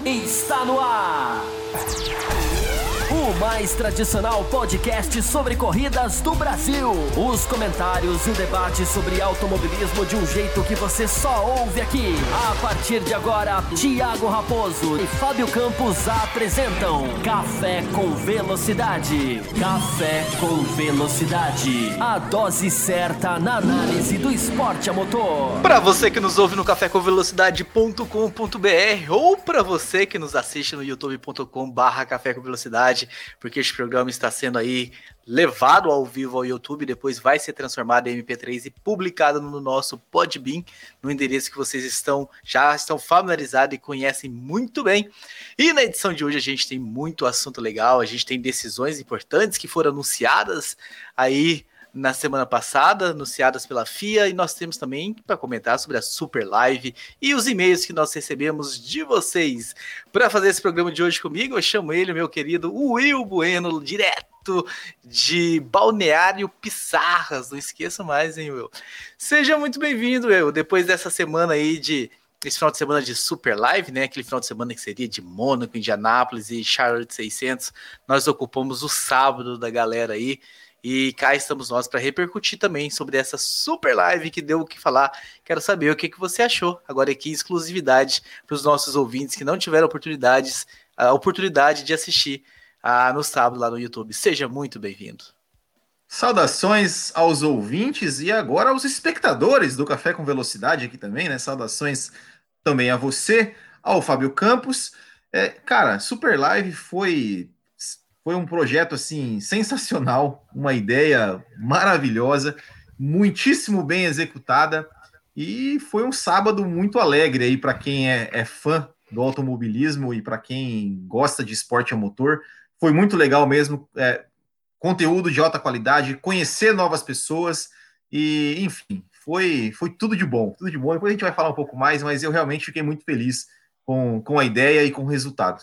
Está no ar! O mais tradicional podcast sobre corridas do Brasil. Os comentários e o debate sobre automobilismo de um jeito que você só ouve aqui. A partir de agora, Thiago Raposo e Fábio Campos apresentam Café com Velocidade. Café com Velocidade. A dose certa na análise do esporte a motor. Para você que nos ouve no cafécomvelocidade.com.br ou para você que nos assiste no youtube.com/café com velocidade, porque este programa está sendo aí levado ao vivo ao YouTube, depois vai ser transformado em MP3 e publicado no nosso Podbean, no endereço que vocês já estão familiarizados e conhecem muito bem. E na edição de hoje a gente tem muito assunto legal, a gente tem decisões importantes que foram anunciadas aí na semana passada, anunciadas pela FIA, e nós temos também para comentar sobre a Super Live e os e-mails que nós recebemos de vocês. Para fazer esse programa de hoje comigo, eu chamo ele, meu querido Will Bueno, direto de Balneário Pissarras. Não esqueça mais, hein, Will? Seja muito bem-vindo, Will. Depois dessa semana aí esse final de semana de Super Live, né? Aquele final de semana que seria de Mônaco, Indianápolis e Charlotte 600, nós ocupamos o sábado da galera aí. E cá estamos nós para repercutir também sobre essa super live que deu o que falar. Quero saber o que você achou. Agora aqui, exclusividade para os nossos ouvintes que não tiveram a oportunidade de assistir no sábado lá no YouTube. Seja muito bem-vindo. Saudações aos ouvintes e agora aos espectadores do Café com Velocidade aqui também, né? Saudações também a você, ao Fábio Campos. Cara, Super Live foi um projeto assim sensacional, uma ideia maravilhosa, muitíssimo bem executada e foi um sábado muito alegre aí para quem é fã do automobilismo e para quem gosta de esporte a motor. Foi muito legal mesmo, conteúdo de alta qualidade, conhecer novas pessoas e, enfim, foi tudo de bom, tudo de bom. Depois a gente vai falar um pouco mais, mas eu realmente fiquei muito feliz com a ideia e com o resultado.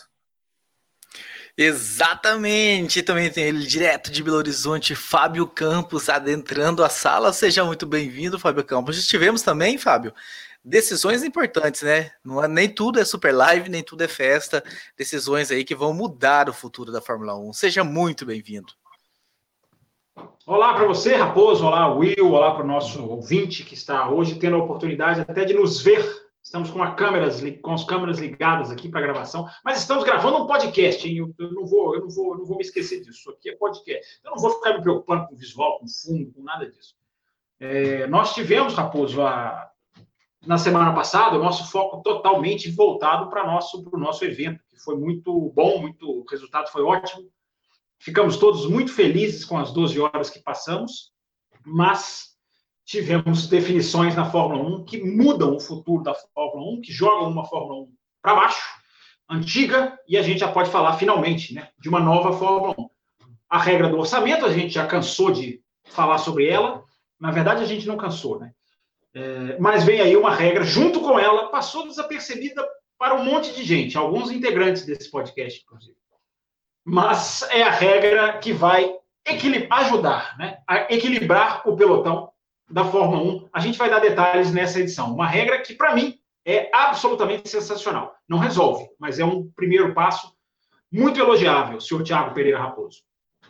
Exatamente, também tem ele direto de Belo Horizonte, Fábio Campos, adentrando a sala. Seja muito bem-vindo, Fábio Campos. Estivemos também, Fábio, decisões importantes, né? Nem tudo é Super Live, nem tudo é festa. Decisões aí que vão mudar o futuro da Fórmula 1. Seja muito bem-vindo. Olá para você, Raposo. Olá, Will. Olá para o nosso ouvinte que está hoje tendo a oportunidade até de nos ver. Estamos com as câmeras ligadas aqui para a gravação, mas estamos gravando um podcast, hein? Eu não vou me esquecer disso. Isso aqui é podcast. Eu não vou ficar me preocupando com visual, com fundo, com nada disso. Nós tivemos, Raposo, na semana passada, o nosso foco totalmente voltado para o nosso evento, que foi muito bom, o resultado foi ótimo. Ficamos todos muito felizes com as 12 horas que passamos, mas tivemos definições na Fórmula 1 que mudam o futuro da Fórmula 1, que jogam uma Fórmula 1 para baixo, antiga, e a gente já pode falar finalmente, né, de uma nova Fórmula 1. A regra do orçamento, a gente já cansou de falar sobre ela, na verdade a gente não cansou, né? Mas vem aí uma regra, junto com ela, passou desapercebida para um monte de gente, alguns integrantes desse podcast, inclusive. Mas é a regra que vai ajudar, né, a equilibrar o pelotão da Fórmula 1. A gente vai dar detalhes nessa edição. Uma regra que, para mim, é absolutamente sensacional. Não resolve, mas é um primeiro passo muito elogiável, senhor Thiago Pereira Raposo.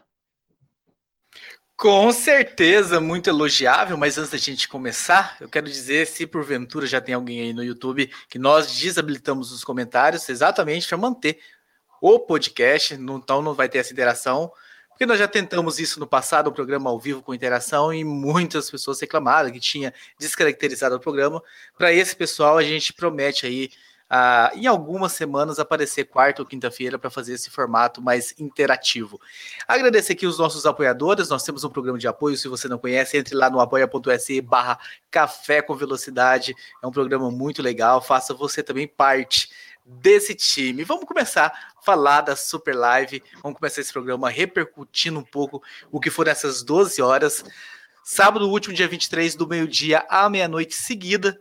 Com certeza, muito elogiável, mas antes da gente começar, eu quero dizer, se porventura já tem alguém aí no YouTube, que nós desabilitamos os comentários exatamente para manter o podcast, então não vai ter essa interação, porque nós já tentamos isso no passado, um programa ao vivo com interação, e muitas pessoas reclamaram que tinha descaracterizado o programa. Para esse pessoal, a gente promete aí, em algumas semanas, aparecer quarta ou quinta-feira para fazer esse formato mais interativo. Agradecer aqui os nossos apoiadores, nós temos um programa de apoio, se você não conhece, entre lá no apoia.se/café com velocidade, é um programa muito legal, faça você também parte desse time. Vamos começar a falar da Super Live, vamos começar esse programa repercutindo um pouco o que foram essas 12 horas. Sábado último, dia 23, do meio-dia à meia-noite seguida,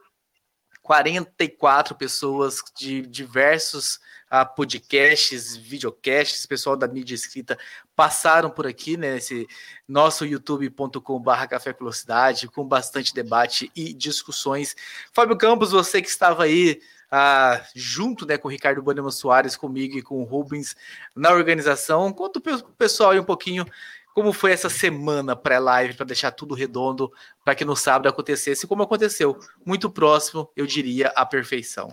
44 pessoas de diversos podcasts, videocasts, pessoal da mídia escrita passaram por aqui, né, nesse nosso youtube.com/café velocidade, com bastante debate e discussões. Fábio Campos, você que estava aí junto, né, com o Ricardo Bandeira Soares, comigo e com o Rubens na organização. Conta o pessoal aí um pouquinho como foi essa semana pré-live para deixar tudo redondo para que no sábado acontecesse como aconteceu. Muito próximo, eu diria, à perfeição.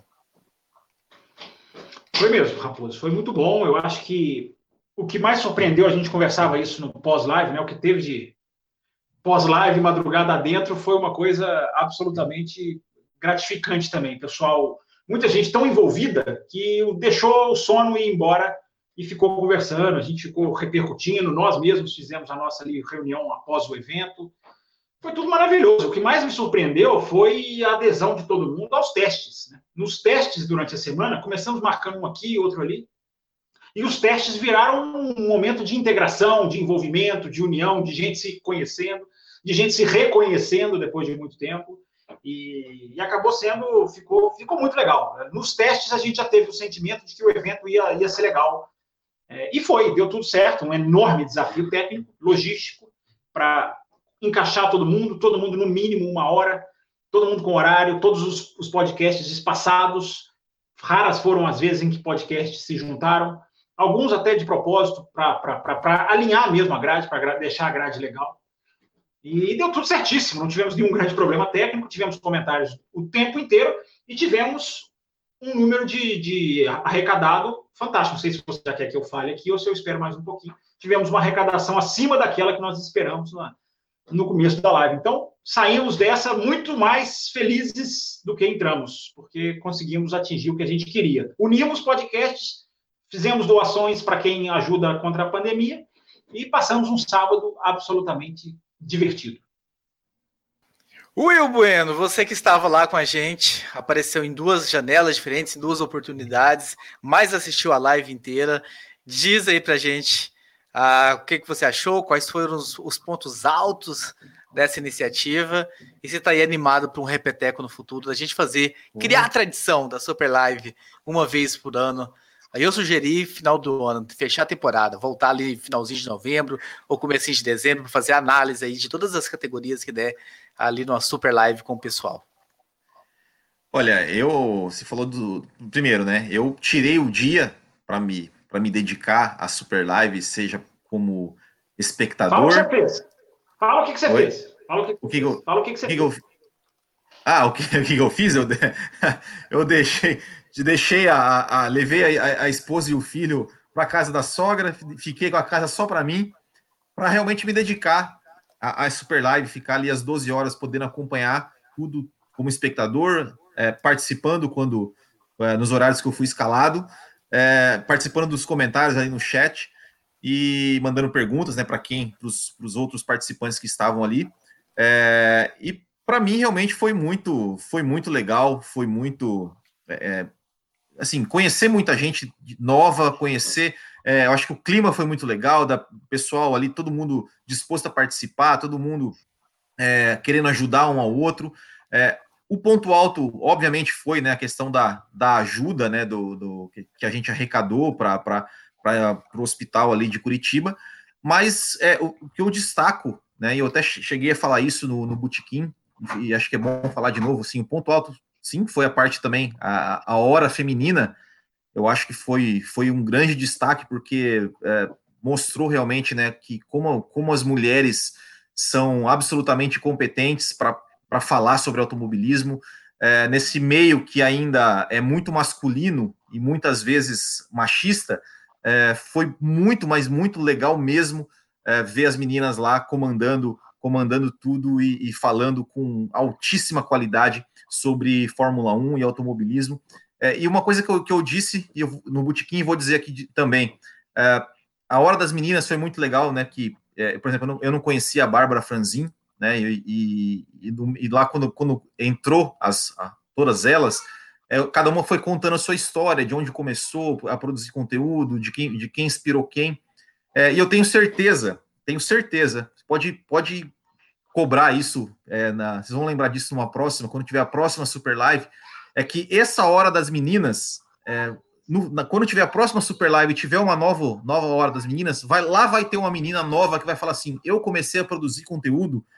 Foi mesmo, Raposo. Foi muito bom. Eu acho que o que mais surpreendeu, a gente conversava isso no pós-live, né? O que teve de pós-live, madrugada adentro, foi uma coisa absolutamente gratificante também. Pessoal, muita gente tão envolvida que deixou o sono ir embora e ficou conversando. A gente ficou repercutindo, nós mesmos fizemos a nossa reunião após o evento. Foi tudo maravilhoso. O que mais me surpreendeu foi a adesão de todo mundo aos testes, né? Nos testes, durante a semana, começamos marcando um aqui, outro ali, e os testes viraram um momento de integração, de envolvimento, de união, de gente se conhecendo, de gente se reconhecendo depois de muito tempo, e acabou sendo, ficou muito legal. Nos testes a gente já teve o sentimento de que o evento ia ser legal, e foi, deu tudo certo, um enorme desafio técnico, logístico, para encaixar todo mundo no mínimo 1 hora, todo mundo com horário, todos os podcasts espaçados. Raras foram as vezes em que podcasts se juntaram, alguns até de propósito, para alinhar mesmo a grade, para deixar a grade legal. E deu tudo certíssimo, não tivemos nenhum grande problema técnico, tivemos comentários o tempo inteiro e tivemos um número de arrecadado fantástico. Não sei se você já quer que eu fale aqui ou se eu espero mais um pouquinho. Tivemos uma arrecadação acima daquela que nós esperamos no começo da live. Então, saímos dessa muito mais felizes do que entramos, porque conseguimos atingir o que a gente queria. Unimos podcasts, fizemos doações para quem ajuda contra a pandemia e passamos um sábado absolutamente divertido. Will Bueno, você que estava lá com a gente, apareceu em 2 janelas diferentes, em 2 oportunidades, mas assistiu a live inteira. Diz aí pra gente o que você achou, quais foram os pontos altos dessa iniciativa e se está aí animado para um repeteco no futuro, da gente criar a tradição da Super Live uma vez por ano. Aí eu sugeri final do ano, fechar a temporada, voltar ali finalzinho de novembro ou comecinho de dezembro para fazer análise aí de todas as categorias que der ali numa Super Live com o pessoal. Olha, você falou primeiro, né? Eu tirei o dia para me dedicar à Super Live, seja como espectador. Fala o que você fez. Fala o que você fez. Fala o que você fez. O que eu fiz? Eu levei a esposa e o filho para a casa da sogra, fiquei com a casa só para mim, para realmente me dedicar à Super Live, ficar ali às 12 horas, podendo acompanhar tudo como espectador, participando nos horários que eu fui escalado, participando dos comentários aí no chat e mandando perguntas, né, para os outros participantes que estavam ali. E para mim realmente foi muito legal, foi muito assim, conhecer muita gente nova, eu acho que o clima foi muito legal, pessoal ali, todo mundo disposto a participar, todo mundo querendo ajudar um ao outro. O ponto alto, obviamente, foi, né, a questão da ajuda, né, que a gente arrecadou para o hospital ali de Curitiba, mas o que eu destaco, né, e eu até cheguei a falar isso no Botequim, e acho que é bom falar de novo, assim, o ponto alto, sim, foi a parte também, a hora feminina. Eu acho que foi um grande destaque, porque mostrou realmente, né, que como as mulheres são absolutamente competentes para falar sobre automobilismo, nesse meio que ainda é muito masculino e muitas vezes machista. Foi muito, mas muito legal mesmo ver as meninas lá comandando tudo e falando com altíssima qualidade sobre Fórmula 1 e automobilismo. E uma coisa que eu disse no Botequim, vou dizer aqui também, a Hora das Meninas foi muito legal, né? Que, por exemplo, eu não conhecia a Bárbara Franzin, né? E lá quando entrou todas elas, cada uma foi contando a sua história, de onde começou a produzir conteúdo, de quem inspirou quem. E eu tenho certeza, pode cobrar isso, vocês vão lembrar disso numa próxima, quando tiver a próxima Super Live, que essa Hora das Meninas, quando tiver a próxima Super Live e tiver uma nova Hora das Meninas, vai ter uma menina nova que vai falar assim: eu comecei a produzir conteúdo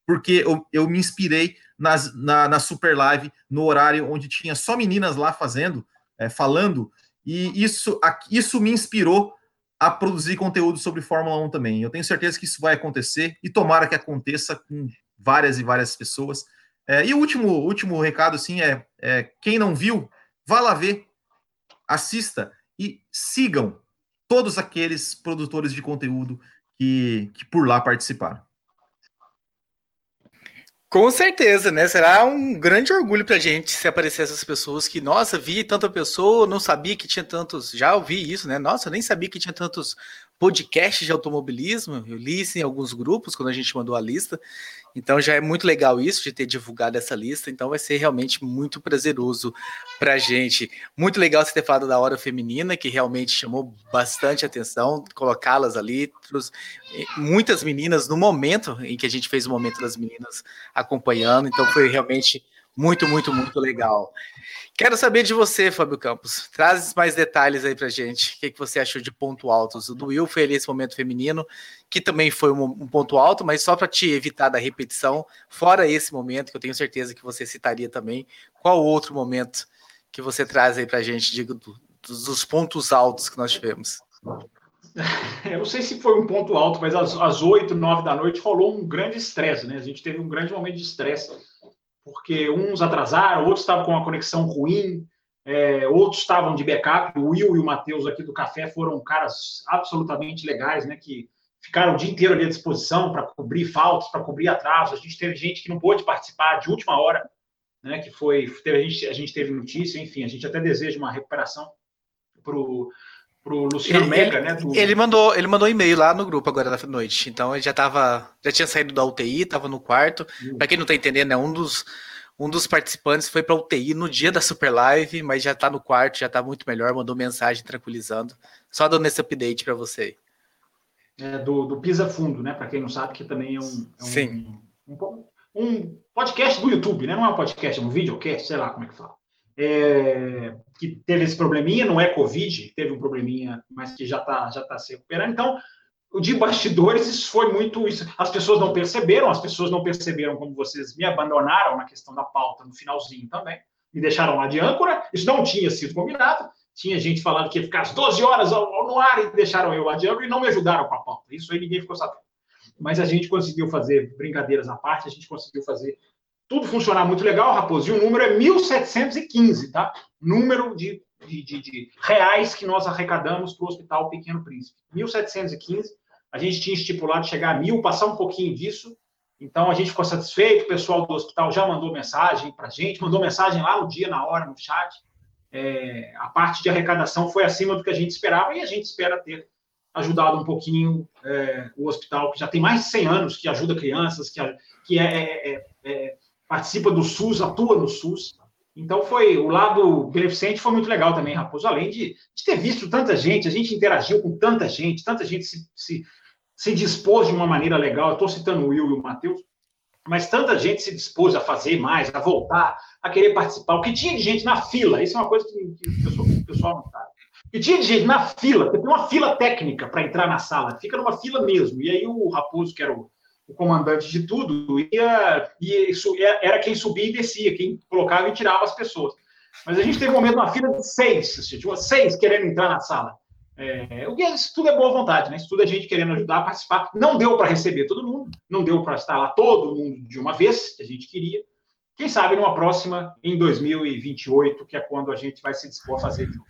porque eu me inspirei na Super Live, no horário onde tinha só meninas lá falando, e isso me inspirou a produzir conteúdo sobre Fórmula 1 também. Eu tenho certeza que isso vai acontecer, e tomara que aconteça com várias e várias pessoas. E o último recado, assim, quem não viu, vá lá ver, assista e sigam todos aqueles produtores de conteúdo que por lá participaram. Com certeza, né? Será um grande orgulho pra gente se aparecer essas pessoas que, nossa, vi tanta pessoa, não sabia que tinha tantos. Já ouvi isso, né? Nossa, eu nem sabia que tinha tantos podcasts de automobilismo. Eu li isso em alguns grupos quando a gente mandou a lista. Então já é muito legal isso de ter divulgado essa lista. Então vai ser realmente muito prazeroso pra gente. Muito legal você ter falado da hora feminina, que realmente chamou bastante atenção, colocá-las ali. Muitas meninas no momento em que a gente fez o momento das meninas acompanhando. Então foi realmente muito, muito, muito legal. Quero saber de você, Fábio Campos. Traz mais detalhes aí pra gente. O que você achou de ponto altos? O do Will foi ali esse momento feminino, que também foi um ponto alto, mas só para te evitar da repetição, fora esse momento, que eu tenho certeza que você citaria também, qual outro momento que você traz aí pra gente dos pontos altos que nós tivemos? Eu não sei se foi um ponto alto, mas às 8, 9 da noite rolou um grande estresse, né? A gente teve um grande momento de estresse, porque uns atrasaram, outros estavam com uma conexão ruim, outros estavam de backup. O Will e o Matheus aqui do Café foram caras absolutamente legais, né? Que ficaram o dia inteiro ali à disposição para cobrir faltas, para cobrir atrasos. A gente teve gente que não pôde participar de última hora, né? A gente teve notícia, enfim, a gente até deseja uma recuperação pro Luciano Mega, né? Ele mandou e-mail lá no grupo agora na noite. Então ele já tinha saído da UTI, estava no quarto. Para quem não está entendendo, né, um dos participantes foi para UTI no dia da Super Live, mas já está no quarto, já está muito melhor, mandou mensagem tranquilizando. Só dando esse update para você. Do Pisa Fundo, né? Para quem não sabe, que também Sim. Um podcast do YouTube, né? Não é um podcast, é um videocast, sei lá como é que fala. Que teve esse probleminha, não é Covid, teve um probleminha, mas que já tá se recuperando. Então, o de bastidores, isso foi muito isso. As pessoas não perceberam como vocês me abandonaram na questão da pauta no finalzinho também, me deixaram lá de âncora. Isso não tinha sido combinado. Tinha gente falando que ia ficar às 12 horas no ar e deixaram eu lá de âncora e não me ajudaram com a pauta. Isso aí ninguém ficou sabendo. Mas a gente conseguiu fazer, brincadeiras à parte, a gente conseguiu fazer tudo funcionar muito legal, Raposo, e o número é 1.715, tá? Número de reais que nós arrecadamos para o Hospital Pequeno Príncipe. 1.715, a gente tinha estipulado chegar a 1.000, passar um pouquinho disso, então a gente ficou satisfeito, o pessoal do hospital já mandou mensagem para a gente, mandou mensagem lá no dia, na hora, no chat. A parte de arrecadação foi acima do que a gente esperava, e a gente espera ter ajudado um pouquinho o hospital, que já tem mais de 100 anos, que ajuda crianças, que participa do SUS, atua no SUS. Então, o lado beneficente foi muito legal também, Raposo. Além de ter visto tanta gente, a gente interagiu com tanta gente se dispôs de uma maneira legal. Eu estou citando o Will e o Matheus, mas tanta gente se dispôs a fazer mais, a voltar, a querer participar. O que tinha de gente na fila, isso é uma coisa que o pessoal não sabe. E tinha de gente na fila, tem uma fila técnica para entrar na sala, fica numa fila mesmo. E aí o Raposo, que era o comandante de tudo, era quem subia e descia, quem colocava e tirava as pessoas. Mas a gente teve um momento, uma fila de 6, tinha 6 querendo entrar na sala. Isso tudo é boa vontade, né? Isso tudo é gente querendo ajudar a participar. Não deu para receber todo mundo, não deu para estar lá todo mundo de uma vez, que a gente queria. Quem sabe numa próxima, em 2028, que é quando a gente vai se dispor a fazer de novo.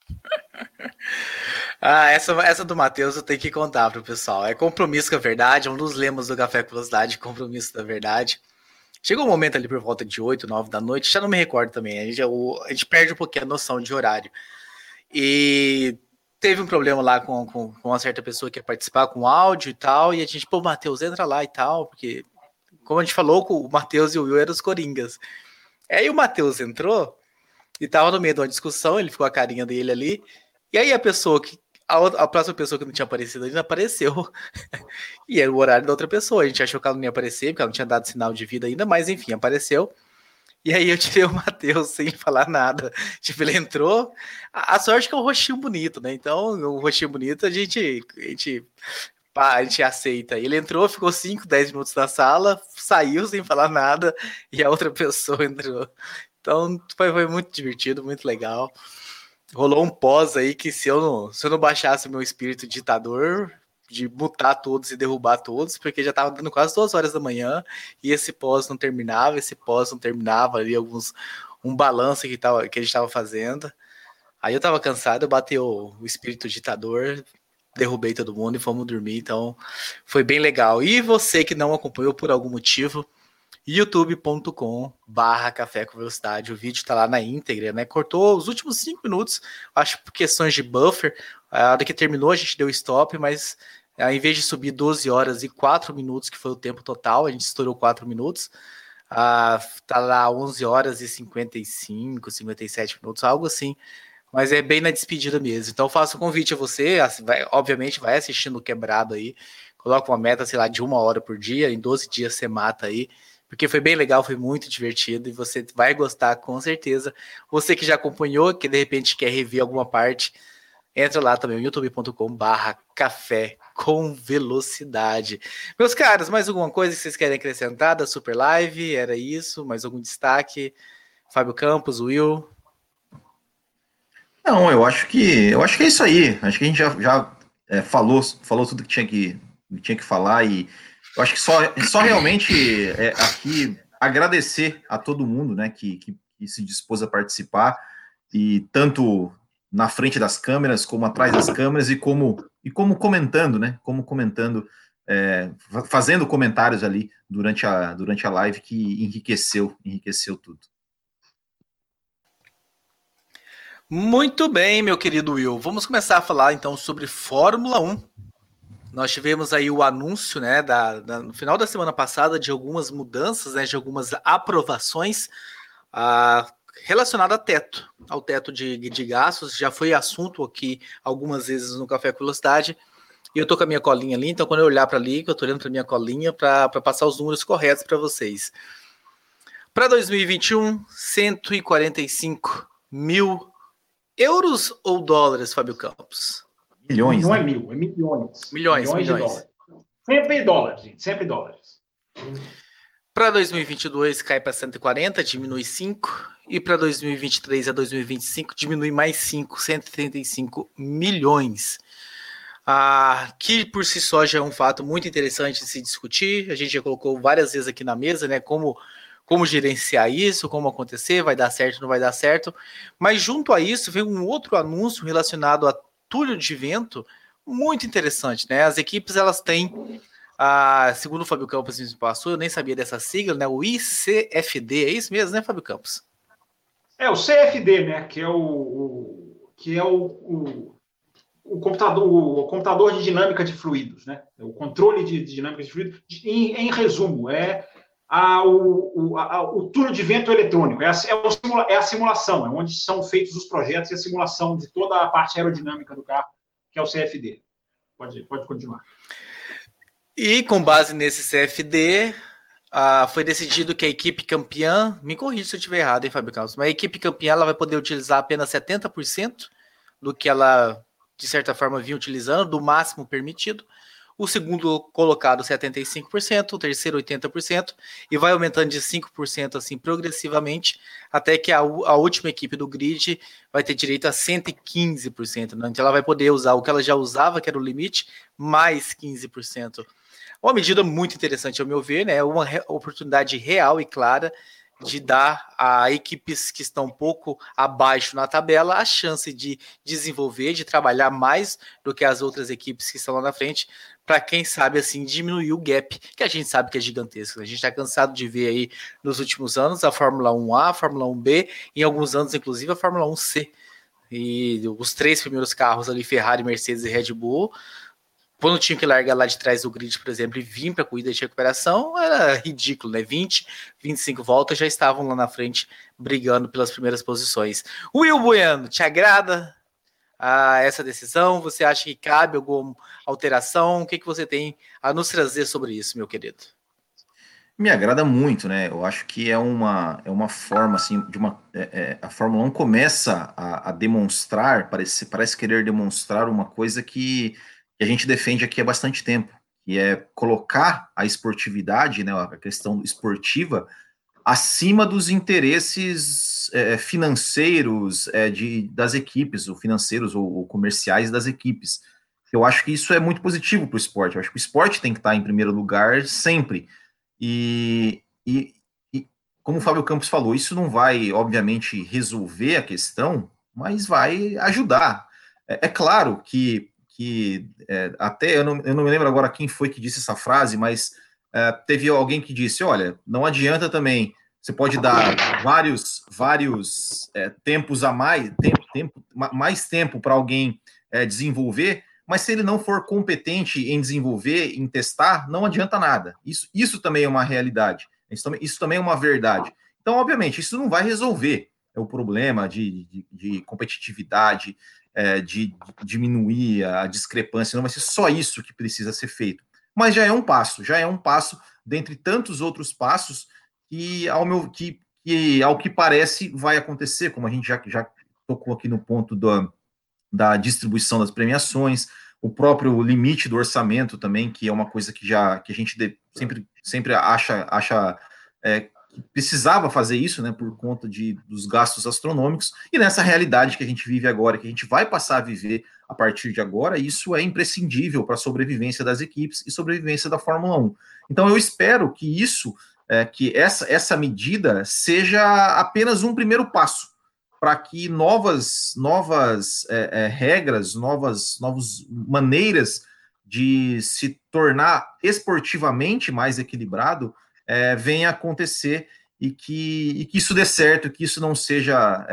Essa do Matheus eu tenho que contar pro pessoal. É compromisso com a verdade, é um dos lemas do Café com Velocidade, compromisso da verdade. Chegou um momento ali por volta de 8, 9 da noite, já não me recordo também, a gente perde um pouquinho a noção de horário. E teve um problema lá com uma certa pessoa que ia participar com áudio e tal, e a gente, Matheus, entra lá e tal, porque, como a gente falou, o Matheus e o Will eram os coringas. Aí o Matheus entrou e tava no meio de uma discussão, ele ficou a carinha dele ali, e aí a próxima pessoa que não tinha aparecido ainda apareceu. E era o horário da outra pessoa. A gente achou que ela não ia aparecer, porque ela não tinha dado sinal de vida ainda, mas enfim, apareceu. E aí eu tirei o Matheus sem falar nada. Tipo, ele entrou. A sorte que é um rostinho bonito, né? Então, o rostinho bonito, a gente pá, a gente aceita. Ele entrou, ficou 5, 10 minutos na sala, saiu sem falar nada, e a outra pessoa entrou. Então foi muito divertido, muito legal. Rolou um pós aí que se eu não baixasse o meu espírito ditador, de mutar todos e derrubar todos, porque já tava dando quase 2 horas da manhã, e esse pós não terminava, ali um balanço que a gente tava fazendo. Aí eu tava cansado, eu bati o espírito ditador, derrubei todo mundo e fomos dormir, então foi bem legal. E você que não acompanhou por algum motivo, youtube.com/café com velocidade, o vídeo tá lá na íntegra, né? Cortou os últimos 5 minutos, acho por questões de buffer, a hora que terminou a gente deu stop, mas ao invés de subir 12 horas e 4 minutos, que foi o tempo total, a gente estourou 4 minutos, tá lá 11 horas e 55, 57 minutos, algo assim. Mas é bem na despedida mesmo. Então faço um convite a você, obviamente vai assistindo o Quebrado aí, coloca uma meta, sei lá, de 1 hora por dia, em 12 dias você mata aí, porque foi bem legal, foi muito divertido e você vai gostar com certeza. Você que já acompanhou, que de repente quer rever alguma parte, entra lá também, youtube.com/café com velocidade. Meus caras, mais alguma coisa que vocês querem acrescentar da Super Live? Era isso? Mais algum destaque? Fábio Campos, Will? Não, eu acho que é isso aí. Acho que a gente já falou tudo que tinha que falar e eu acho que só realmente aqui agradecer a todo mundo, né, que se dispôs a participar e tanto na frente das câmeras como atrás das câmeras e como comentando, né, fazendo comentários ali durante a live que enriqueceu tudo. Muito bem, meu querido Will. Vamos começar a falar então sobre Fórmula 1. Nós tivemos aí o anúncio, né, no final da semana passada, de algumas mudanças, né, de algumas aprovações relacionadas ao teto de gastos. Já foi assunto aqui algumas vezes no Café com Velocidade. E eu tô com a minha colinha ali, então quando eu olhar para ali, que eu tô olhando para minha colinha para passar os números corretos para vocês. Para 2021, 145 mil euros ou dólares, Fábio Campos? Milhões, não né? é mil, é milhões. Milhões. De dólares. Sempre dólares, gente, sempre dólares. Para 2022 cai para 140, diminui 5. E para 2023 a 2025 diminui mais 5, 135 milhões. Que por si só já é um fato muito interessante de se discutir. A gente já colocou várias vezes aqui na mesa, né? Como gerenciar isso, como acontecer, vai dar certo, não vai dar certo. Mas junto a isso, veio um outro anúncio relacionado a túnel de vento muito interessante, né? As equipes, elas têm, segundo o Fábio Campos me passou, eu nem sabia dessa sigla, né? O ICFD, é isso mesmo, né, Fábio Campos? É o CFD, né? Que é o computador de dinâmica de fluidos, né? O controle de dinâmica de fluidos. Em resumo, o túnel de vento eletrônico, é a simulação, é onde são feitos os projetos e a simulação de toda a parte aerodinâmica do carro, que é o CFD. Pode continuar. E com base nesse CFD, foi decidido que a equipe campeã, me corrija se eu estiver errado, hein, Fábio Campos, mas a equipe campeã ela vai poder utilizar apenas 70% do que ela, de certa forma, vinha utilizando, do máximo permitido. O segundo colocado 75%, o terceiro 80%, e vai aumentando de 5% assim progressivamente, até que a última equipe do grid vai ter direito a 115%, né? Então ela vai poder usar o que ela já usava, que era o limite, mais 15%. Uma medida muito interessante, ao meu ver, né? Uma oportunidade real e clara de dar a equipes que estão um pouco abaixo na tabela a chance de desenvolver, de trabalhar mais do que as outras equipes que estão lá na frente, para quem sabe assim diminuir o gap, que a gente sabe que é gigantesco. A gente está cansado de ver aí nos últimos anos a Fórmula 1A, a Fórmula 1B, em alguns anos inclusive a Fórmula 1C. E os 3 primeiros carros ali, Ferrari, Mercedes e Red Bull, quando tinha que largar lá de trás do grid, por exemplo, e vir para a corrida de recuperação, era ridículo, né? 20, 25 voltas já estavam lá na frente brigando pelas primeiras posições. Will Bueno, te agrada essa decisão? Você acha que cabe alguma alteração? O que você tem a nos trazer sobre isso, meu querido? Me agrada muito, né? Eu acho que é uma forma assim a Fórmula 1 começa a demonstrar, parece querer demonstrar uma coisa que que a gente defende aqui há bastante tempo, que é colocar a esportividade, né, a questão esportiva, acima dos interesses financeiros das equipes, ou financeiros ou comerciais das equipes. Eu acho que isso é muito positivo para o esporte. Eu acho que o esporte tem que estar em primeiro lugar sempre. E como o Fábio Campos falou, isso não vai, obviamente, resolver a questão, mas vai ajudar. É claro que até eu não me lembro agora quem foi que disse essa frase, mas teve alguém que disse, olha, não adianta também, você pode dar vários tempos a mais tempo para alguém desenvolver, mas se ele não for competente em desenvolver, em testar, não adianta nada. Isso também é uma realidade. Isso também é uma verdade. Então, obviamente, isso não vai resolver o problema de competitividade, de diminuir a discrepância, não vai ser só isso que precisa ser feito. Mas já é um passo dentre tantos outros passos que, ao que parece, vai acontecer, como a gente já tocou aqui no ponto da distribuição das premiações, o próprio limite do orçamento também, que é uma coisa que a gente sempre acha que precisava fazer isso, né, por conta dos gastos astronômicos, e nessa realidade que a gente vive agora, que a gente vai passar a viver a partir de agora, isso é imprescindível para a sobrevivência das equipes e sobrevivência da Fórmula 1. Então eu espero que que essa medida seja apenas um primeiro passo, para que novas regras, novas maneiras de se tornar esportivamente mais equilibrado venha a acontecer e que isso dê certo, que isso não seja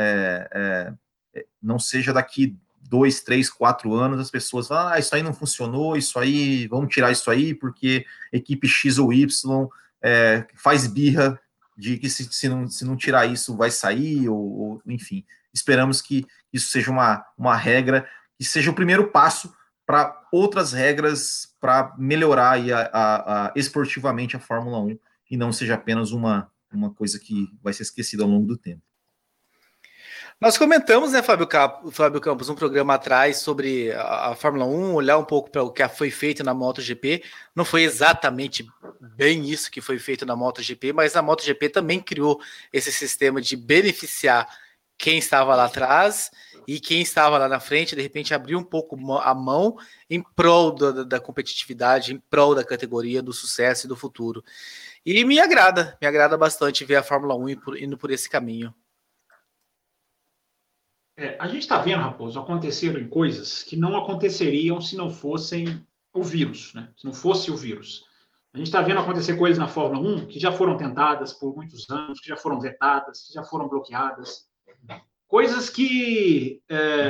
daqui 2, 3, 4 anos as pessoas falam, isso aí não funcionou, isso aí, vamos tirar isso aí, porque equipe X ou Y faz birra de que se não tirar isso vai sair, ou enfim, esperamos que isso seja uma regra, que seja o primeiro passo para outras regras para melhorar aí esportivamente a Fórmula 1 e não seja apenas uma coisa que vai ser esquecida ao longo do tempo. Nós comentamos, né, Fábio Campos, um programa atrás sobre a Fórmula 1, olhar um pouco para o que foi feito na MotoGP. Não foi exatamente bem isso que foi feito na MotoGP, mas a MotoGP também criou esse sistema de beneficiar quem estava lá atrás e quem estava lá na frente, de repente, abriu um pouco a mão em prol da competitividade, em prol da categoria, do sucesso e do futuro. E me agrada bastante ver a Fórmula 1 indo por esse caminho. A gente está vendo, Raposo, acontecerem coisas que não aconteceriam se não fossem o vírus, né? Se não fosse o vírus. A gente está vendo acontecer coisas na Fórmula 1 que já foram tentadas por muitos anos, que já foram vetadas, que já foram bloqueadas. Coisas que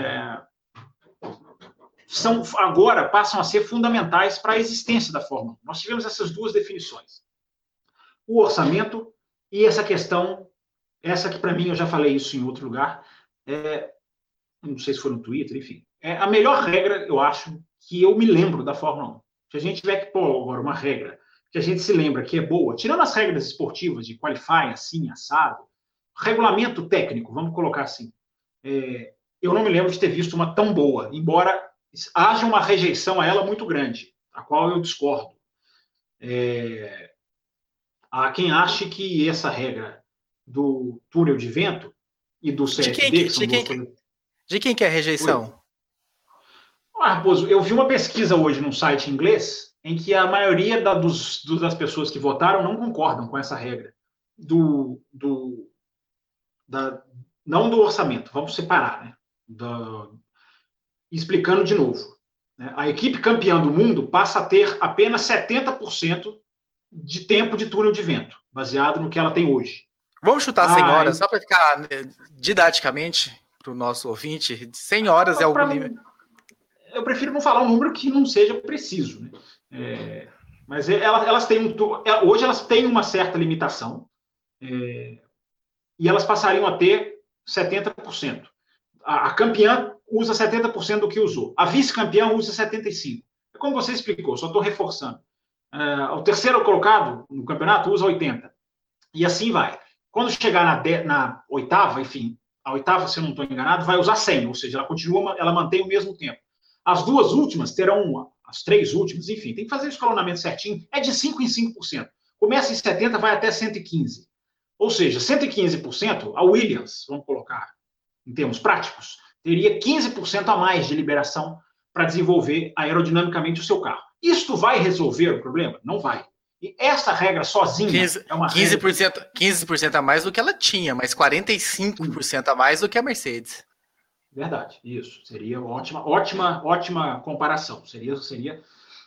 agora passam a ser fundamentais para a existência da Fórmula 1. Nós tivemos essas duas definições. O orçamento e essa questão, essa que para mim, eu já falei isso em outro lugar, não sei se foi no Twitter, enfim. A melhor regra, eu acho, que eu me lembro da Fórmula 1. Se a gente tiver que pôr agora uma regra que a gente se lembra que é boa, tirando as regras esportivas de qualify, assim, assado, regulamento técnico, vamos colocar assim, eu não me lembro de ter visto uma tão boa, embora haja uma rejeição a ela muito grande, a qual eu discordo. Há quem ache que essa regra do túnel de vento e do CFD... De quem que é a rejeição? Raposo, eu vi uma pesquisa hoje num site inglês em que a maioria das pessoas que votaram não concordam com essa regra. Não do orçamento, vamos separar, né? Explicando de novo. Né? A equipe campeã do mundo passa a ter apenas 70% de tempo de túnel de vento, baseado no que ela tem hoje. Vamos chutar 100 horas, só para ficar didaticamente para o nosso ouvinte. 100 horas é algum nível. Eu prefiro não falar um número que não seja preciso. Né? Mas elas têm hoje elas têm uma certa limitação e elas passariam a ter 70%. A campeã usa 70% do que usou. A vice-campeã usa 75%. É como você explicou, só estou reforçando. O terceiro colocado no campeonato usa 80%. E assim vai. Quando chegar na oitava, enfim, a oitava, se eu não estou enganado, vai usar 100, ou seja, ela mantém o mesmo tempo. As duas últimas terão as 3 últimas, enfim, tem que fazer o escalonamento certinho, é de 5% em 5%. Começa em 70%, vai até 115%. Ou seja, 115%, a Williams, vamos colocar em termos práticos, teria 15% a mais de liberação para desenvolver aerodinamicamente o seu carro. Isto vai resolver o problema? Não vai. E essa regra sozinha é uma 15% a mais do que ela tinha, mas 45% a mais do que a Mercedes. Verdade, isso. Seria ótima comparação. Seria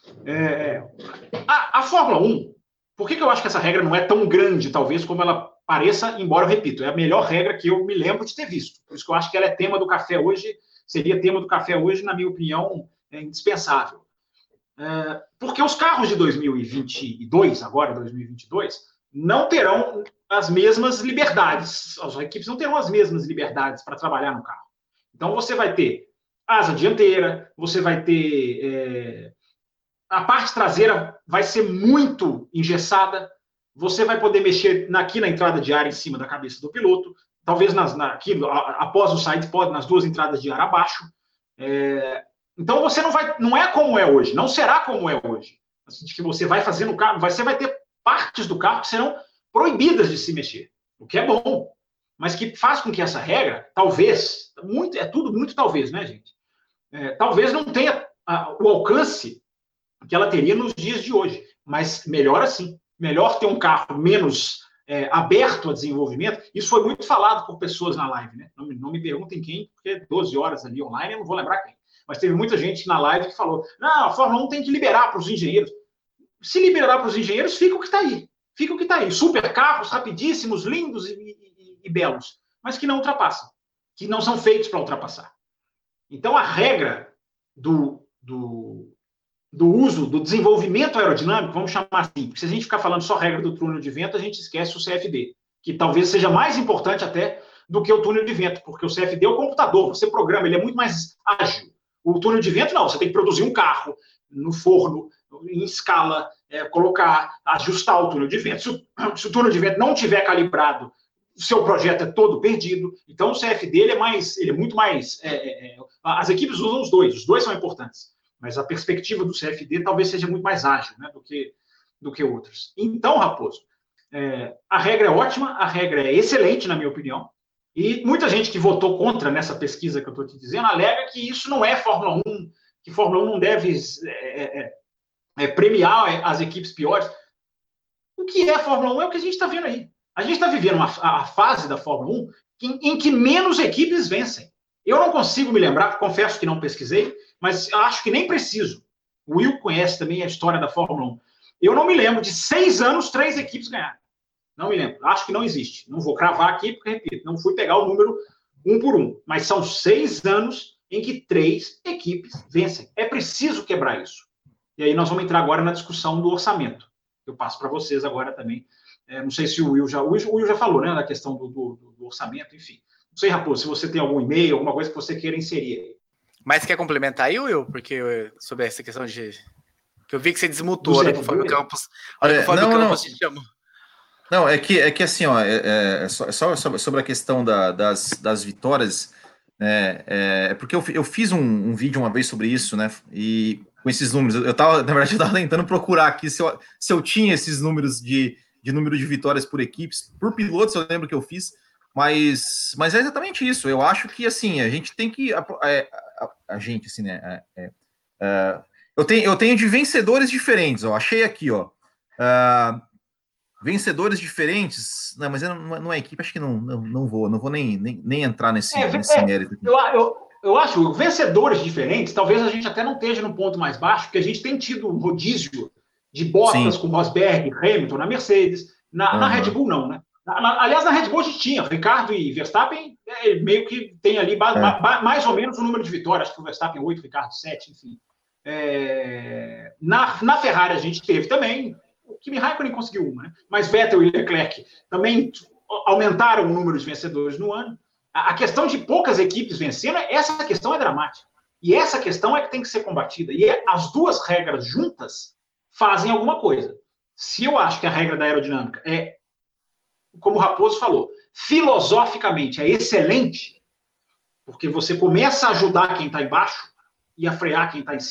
a Fórmula 1, por que eu acho que essa regra não é tão grande, talvez, como ela pareça, embora eu repito, é a melhor regra que eu me lembro de ter visto. Por isso que eu acho que ela é tema do café hoje, seria tema do café hoje, na minha opinião, indispensável. Porque os carros de 2022, agora 2022, não terão as mesmas liberdades, as equipes não terão as mesmas liberdades para trabalhar no carro. Então você vai ter asa dianteira, você vai ter... a parte traseira vai ser muito engessada, você vai poder mexer aqui na entrada de ar em cima da cabeça do piloto, talvez aqui, após o sidepod, nas 2 entradas de ar abaixo. Então você não é como é hoje, não será como é hoje. Assim, de que você vai fazer no carro, você vai ter partes do carro que serão proibidas de se mexer, o que é bom, mas que faz com que essa regra, talvez, é tudo muito talvez, né, gente? Talvez não tenha o alcance que ela teria nos dias de hoje, mas melhor assim. Melhor ter um carro menos aberto a desenvolvimento. Isso foi muito falado por pessoas na live, né? Não me perguntem quem, porque 12 horas ali online, eu não vou lembrar quem. Mas teve muita gente na live que falou, não, a Fórmula 1 tem que liberar para os engenheiros. Se liberar para os engenheiros, fica o que está aí. Fica o que está aí. Super carros, rapidíssimos, lindos e belos, mas que não ultrapassam. Que não são feitos para ultrapassar. Então, a regra do uso, do desenvolvimento aerodinâmico, vamos chamar assim, porque se a gente ficar falando só regra do túnel de vento, a gente esquece o CFD, que talvez seja mais importante até do que o túnel de vento, porque o CFD é o computador, você programa, ele é muito mais ágil. O túnel de vento, não, você tem que produzir um carro no forno, em escala, colocar, ajustar o túnel de vento. Se o túnel de vento não tiver calibrado, o seu projeto é todo perdido. Então, o CFD ele é muito mais... as equipes usam os dois são importantes. Mas a perspectiva do CFD talvez seja muito mais ágil, né, do que outros. Então, Raposo, a regra é ótima, a regra é excelente, na minha opinião, e muita gente que votou contra nessa pesquisa que eu estou te dizendo alega que isso não é Fórmula 1, que Fórmula 1 não deve premiar as equipes piores. O que é Fórmula 1 é o que a gente está vendo aí. A gente está vivendo a fase da Fórmula 1 em que menos equipes vencem. Eu não consigo me lembrar, confesso que não pesquisei, mas acho que nem preciso. O Will conhece também a história da Fórmula 1. Eu não me lembro de 6 anos, 3 equipes ganharam. Não me lembro. Acho que não existe. Não vou cravar aqui, porque, repito, não fui pegar o número um por um. Mas são 6 anos em que 3 equipes vencem. É preciso quebrar isso. E aí nós vamos entrar agora na discussão do orçamento. Eu passo para vocês agora também. Não sei se o Will já falou, né, da questão do orçamento, enfim. Não sei, Raposo, se você tem algum e-mail, alguma coisa que você queira inserir aí. Mas quer complementar aí, Will? Porque sobre essa questão de... Que eu vi que você desmutou, né, com o Fábio Campos. Olha, o Fábio Campos te chamou. Não, é que assim, ó, só sobre a questão das vitórias, porque eu fiz um vídeo uma vez sobre isso, né, e com esses números, na verdade, eu tava tentando procurar aqui se eu tinha esses números de número de vitórias por equipes, por pilotos, eu lembro que eu fiz, mas é exatamente isso. Eu acho que, assim, a gente tem que... A gente, assim, né? Eu tenho de vencedores diferentes, ó. Achei aqui, ó. Vencedores diferentes... Não, mas não é equipe, acho que não vou nem entrar nesse mérito aqui. Eu acho, vencedores diferentes, talvez a gente até não esteja no ponto mais baixo, porque a gente tem tido um rodízio de Bottas com Rosberg, Hamilton na Mercedes, na Red Bull não, né? Aliás, na Red Bull a gente tinha Ricardo e Verstappen, meio que tem ali mais ou menos o número de vitórias, acho que o Verstappen 8, Ricardo 7, enfim. Na Ferrari a gente teve também, o Kimi Raikkonen conseguiu uma, né? Mas Vettel e Leclerc também aumentaram o número de vencedores no ano. A questão de poucas equipes vencendo, essa questão é dramática. E essa questão é que tem que ser combatida. E as duas regras juntas fazem alguma coisa. Se eu acho que a regra da aerodinâmica como o Raposo falou, filosoficamente é excelente, porque você começa a ajudar quem está embaixo e a frear quem está em cima,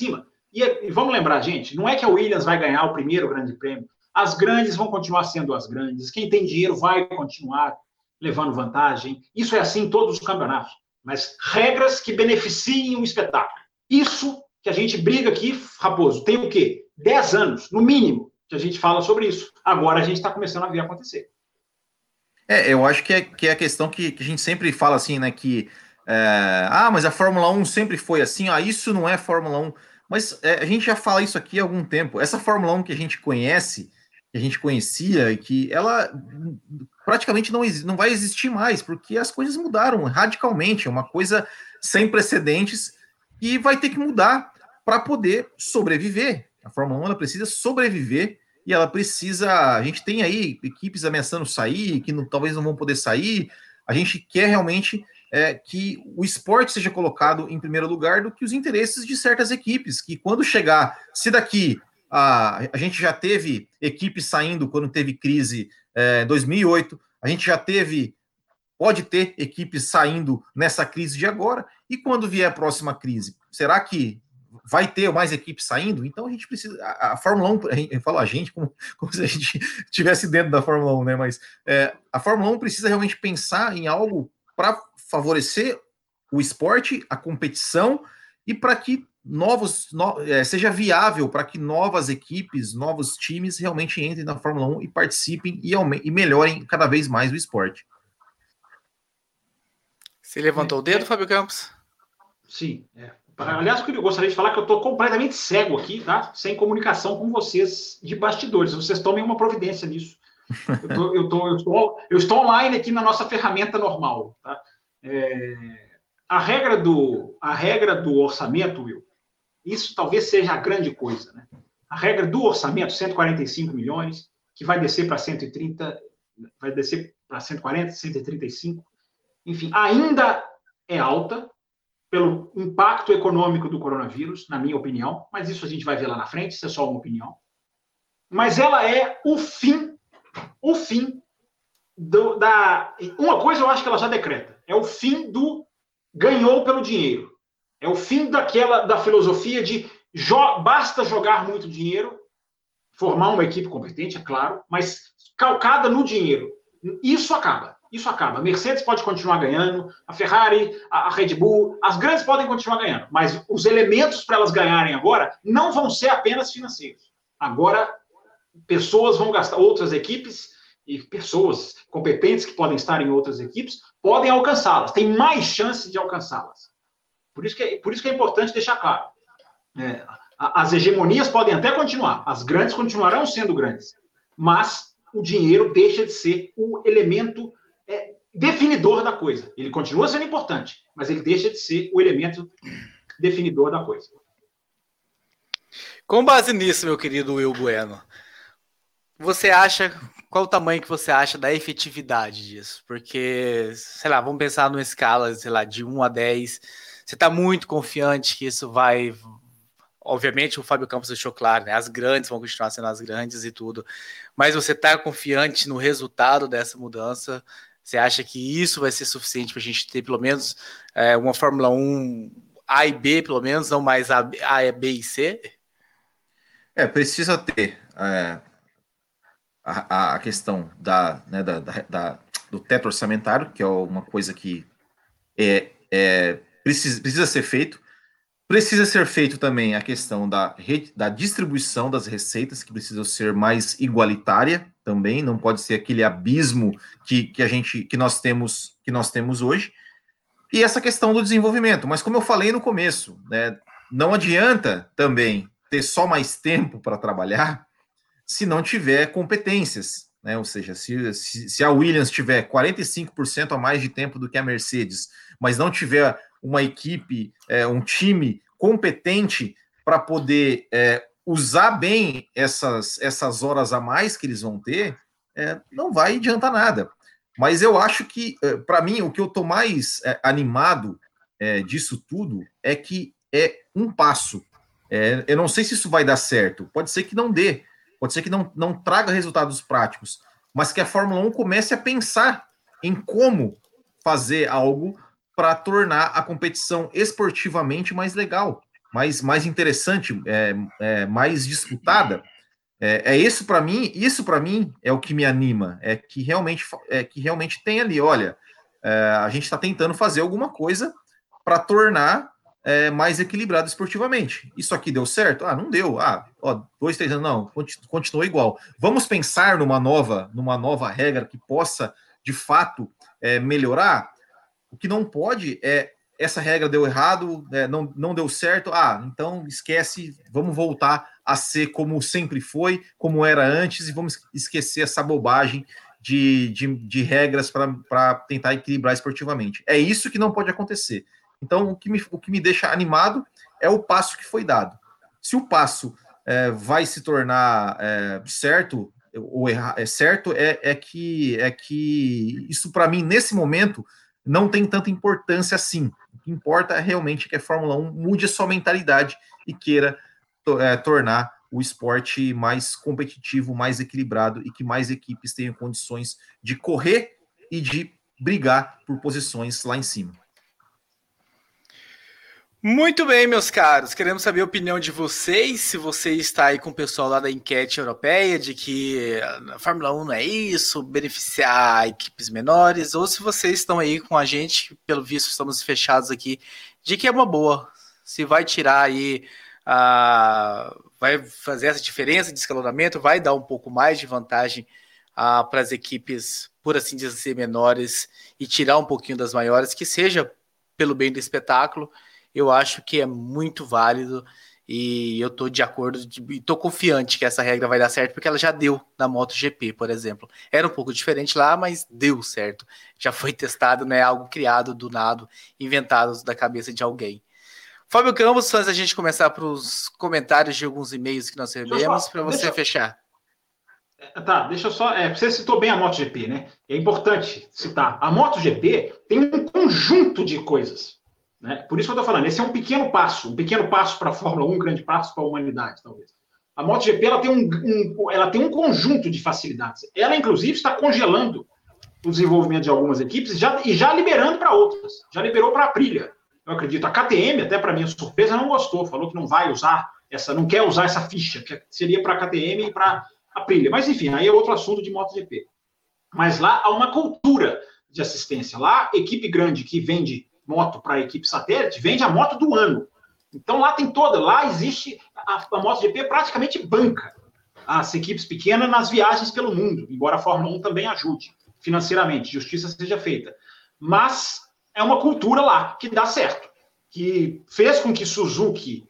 E vamos lembrar, gente, não é que a Williams vai ganhar o primeiro grande prêmio. As grandes vão continuar sendo as grandes. Quem tem dinheiro vai continuar levando vantagem. Isso é assim em todos os campeonatos. Mas regras que beneficiem o espetáculo. Isso que a gente briga aqui, Raposo, tem o quê? 10 anos, no mínimo, que a gente fala sobre isso. Agora a gente está começando a ver acontecer. Eu acho que é a questão que a gente sempre fala assim, né? Mas a Fórmula 1 sempre foi assim, isso não é Fórmula 1. Mas a gente já fala isso aqui há algum tempo. Essa Fórmula 1 que a gente conhece, que a gente conhecia, que ela praticamente não vai existir mais, porque as coisas mudaram radicalmente, é uma coisa sem precedentes e vai ter que mudar para poder sobreviver. A Fórmula 1 ela precisa sobreviver e ela precisa... A gente tem aí equipes ameaçando sair, que talvez não vão poder sair. A gente quer realmente que o esporte seja colocado em primeiro lugar do que os interesses de certas equipes, que quando chegar, se daqui a gente já teve equipes saindo quando teve crise em 2008, a gente já pode ter equipes saindo nessa crise de agora, e quando vier a próxima crise, será que vai ter mais equipes saindo? Então a gente precisa, a Fórmula 1, eu falo a gente como se a gente estivesse dentro da Fórmula 1, né? Mas a Fórmula 1 precisa realmente pensar em algo para favorecer o esporte, a competição, e para que seja viável para que novas equipes, novos times realmente entrem na Fórmula 1 e participem e melhorem cada vez mais o esporte. Você levantou o dedo, Fábio Campos? Sim. Aliás, eu gostaria de falar que eu estou completamente cego aqui, tá? Sem comunicação com vocês de bastidores. Vocês tomem uma providência nisso. Eu estou online aqui na nossa ferramenta normal, tá? A regra do orçamento, Will, isso talvez seja a grande coisa, né? A regra do orçamento, 145 milhões, que vai descer para 130, vai descer para 140, 135, enfim, ainda é alta pelo impacto econômico do coronavírus, na minha opinião, mas isso a gente vai ver lá na frente, isso é só uma opinião. Mas ela é o fim uma coisa eu acho que ela já decreta, é o fim do ganhou pelo dinheiro. É o fim da filosofia de basta jogar muito dinheiro, formar uma equipe competente, é claro, mas calcada no dinheiro. Isso acaba. A Mercedes pode continuar ganhando, a Ferrari, a Red Bull, as grandes podem continuar ganhando, mas os elementos para elas ganharem agora não vão ser apenas financeiros. Agora, pessoas vão gastar, outras equipes e pessoas competentes que podem estar em outras equipes podem alcançá-las, têm mais chance de alcançá-las. Por isso que é importante deixar claro. As hegemonias podem até continuar, as grandes continuarão sendo grandes, mas o dinheiro deixa de ser o elemento definidor da coisa. Ele continua sendo importante, mas ele deixa de ser o elemento definidor da coisa. Com base nisso, meu querido Will Bueno, qual o tamanho que você acha da efetividade disso? Porque, sei lá, vamos pensar numa escala, sei lá, de 1 a 10. Você está muito confiante que isso vai... Obviamente, o Fábio Campos deixou claro, né? As grandes vão continuar sendo as grandes e tudo. Mas você está confiante no resultado dessa mudança? Você acha que isso vai ser suficiente para a gente ter, pelo menos, uma Fórmula 1 A e B, pelo menos, não mais A, B e C? Precisa ter a questão do teto orçamentário, que é uma coisa que precisa ser feito. Precisa ser feito também a questão da distribuição das receitas, que precisa ser mais igualitária também, não pode ser aquele abismo que nós temos hoje. E essa questão do desenvolvimento, mas como eu falei no começo, né, não adianta também ter só mais tempo para trabalhar se não tiver competências, né? Ou seja, se a Williams tiver 45% a mais de tempo do que a Mercedes, mas não tiver uma equipe, um time competente para poder usar bem essas horas a mais que eles vão ter, não vai adiantar nada. Mas eu acho que, para mim, o que eu estou mais animado disso tudo é que é um passo. Eu não sei se isso vai dar certo, pode ser que não dê, pode ser que não traga resultados práticos, mas que a Fórmula 1 comece a pensar em como fazer algo para tornar a competição esportivamente mais legal. mais interessante, mais disputada, isso para mim é o que me anima, que realmente tem ali, olha, a gente está tentando fazer alguma coisa para tornar mais equilibrado esportivamente. Isso aqui deu certo? Ah, não deu. 2, 3 anos, não, continuou igual. Vamos pensar numa nova regra que possa, de fato, melhorar? O que não pode essa regra deu errado, não deu certo, então esquece, vamos voltar a ser como sempre foi, como era antes, e vamos esquecer essa bobagem de regras para tentar equilibrar esportivamente. É isso que não pode acontecer. Então, o que me deixa animado é o passo que foi dado. Se o passo vai se tornar certo ou certo, que isso, para mim, nesse momento, não tem tanta importância assim. O que importa é realmente que a Fórmula 1 mude a sua mentalidade e queira tornar o esporte mais competitivo, mais equilibrado e que mais equipes tenham condições de correr e de brigar por posições lá em cima. Muito bem, meus caros. Queremos saber a opinião de vocês. Se você está aí com o pessoal lá da enquete europeia de que a Fórmula 1 não é isso, beneficiar equipes menores, ou se vocês estão aí com a gente, pelo visto estamos fechados aqui, de que é uma boa. Se vai tirar aí, vai fazer essa diferença de escalonamento, vai dar um pouco mais de vantagem para as equipes, por assim dizer, menores e tirar um pouquinho das maiores, que seja pelo bem do espetáculo. Eu acho que é muito válido e eu estou de acordo, estou confiante que essa regra vai dar certo, porque ela já deu na MotoGP, por exemplo. Era um pouco diferente lá, mas deu certo. Já foi testado, não é algo criado do nada, inventado da cabeça de alguém. Fábio Campos, antes da gente começar para os comentários de alguns e-mails que nós recebemos, para você fechar. Tá, deixa eu só. Você citou bem a MotoGP, né? É importante citar. A MotoGP tem um conjunto de coisas. Né? Por isso que eu estou falando, esse é um pequeno passo para a Fórmula 1, um grande passo para a humanidade, talvez. A MotoGP ela tem um conjunto de facilidades. Ela, inclusive, está congelando o desenvolvimento de algumas equipes e já liberando para outras. Já liberou para a Aprilia. Eu acredito. A KTM, até para minha surpresa, não gostou. Falou que não vai usar não quer usar essa ficha, que seria para a KTM e para a Aprilia. Mas, enfim, aí é outro assunto de MotoGP. Mas lá há uma cultura de assistência. Lá, equipe grande que vende moto para a equipe satélite, vende a moto do ano. Então lá existe a MotoGP praticamente banca as equipes pequenas nas viagens pelo mundo, embora a Fórmula 1 também ajude financeiramente, justiça seja feita. Mas é uma cultura lá que dá certo, que fez com que Suzuki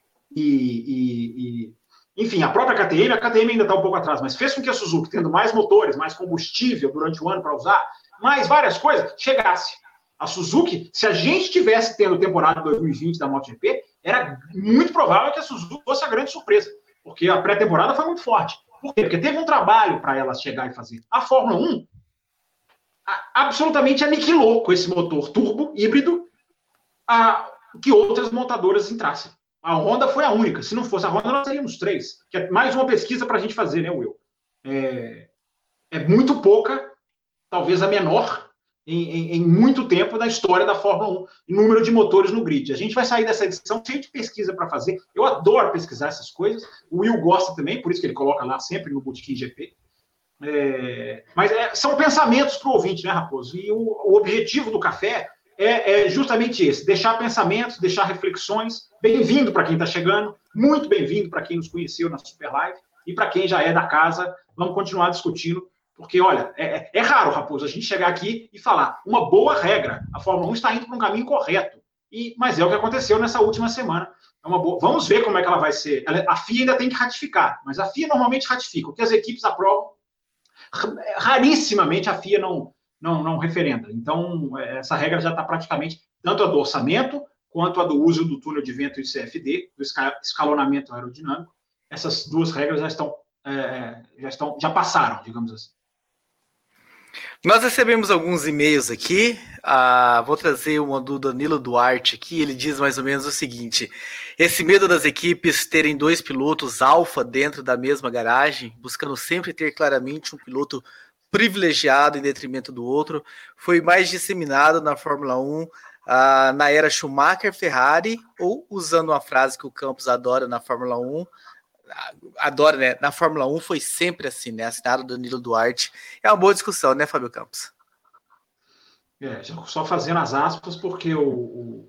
enfim, a própria KTM, ainda está um pouco atrás, mas fez com que a Suzuki, tendo mais motores, mais combustível durante o ano para usar, mais várias coisas, chegasse. A Suzuki, se a gente tivesse tendo temporada 2020 da MotoGP, era muito provável que a Suzuki fosse a grande surpresa, porque a pré-temporada foi muito forte. Por quê? Porque teve um trabalho para ela chegar e fazer. A Fórmula 1 absolutamente aniquilou com esse motor turbo, híbrido, que outras montadoras entrassem. A Honda foi a única. Se não fosse a Honda, nós teríamos 3. Que é mais uma pesquisa para a gente fazer, né, Will? É muito pouca, talvez a menor, em muito tempo na história da Fórmula 1, em número de motores no grid. A gente vai sair dessa edição cheio de pesquisa para fazer. Eu adoro pesquisar essas coisas. O Will gosta também, por isso que ele coloca lá sempre no Botequim GP. Mas são pensamentos para o ouvinte, né, Raposo? E o objetivo do café é justamente esse: deixar pensamentos, deixar reflexões. Bem-vindo para quem está chegando, muito bem-vindo para quem nos conheceu na Super Live, e para quem já é da casa, vamos continuar discutindo. Porque, olha, é raro, Raposo, a gente chegar aqui e falar uma boa regra. A Fórmula 1 está indo para um caminho correto. Mas é o que aconteceu nessa última semana. Vamos ver como é que ela vai ser. A FIA ainda tem que ratificar, mas a FIA normalmente ratifica. O que as equipes aprovam, rarissimamente a FIA não referenda. Então, essa regra já está praticamente, tanto a do orçamento, quanto a do uso do túnel de vento e CFD, do escalonamento aerodinâmico. Essas duas regras já passaram, digamos assim. Nós recebemos alguns e-mails aqui, vou trazer uma do Danilo Duarte aqui, ele diz mais ou menos o seguinte: esse medo das equipes terem 2 pilotos alfa dentro da mesma garagem, buscando sempre ter claramente um piloto privilegiado em detrimento do outro, foi mais disseminado na Fórmula 1 na era Schumacher, Ferrari, ou usando uma frase que o Campos adora na Fórmula 1, adora, né? Na Fórmula 1 foi sempre assim, né? Assinado Danilo Duarte. É uma boa discussão, né, Fábio Campos? Só fazendo as aspas, porque o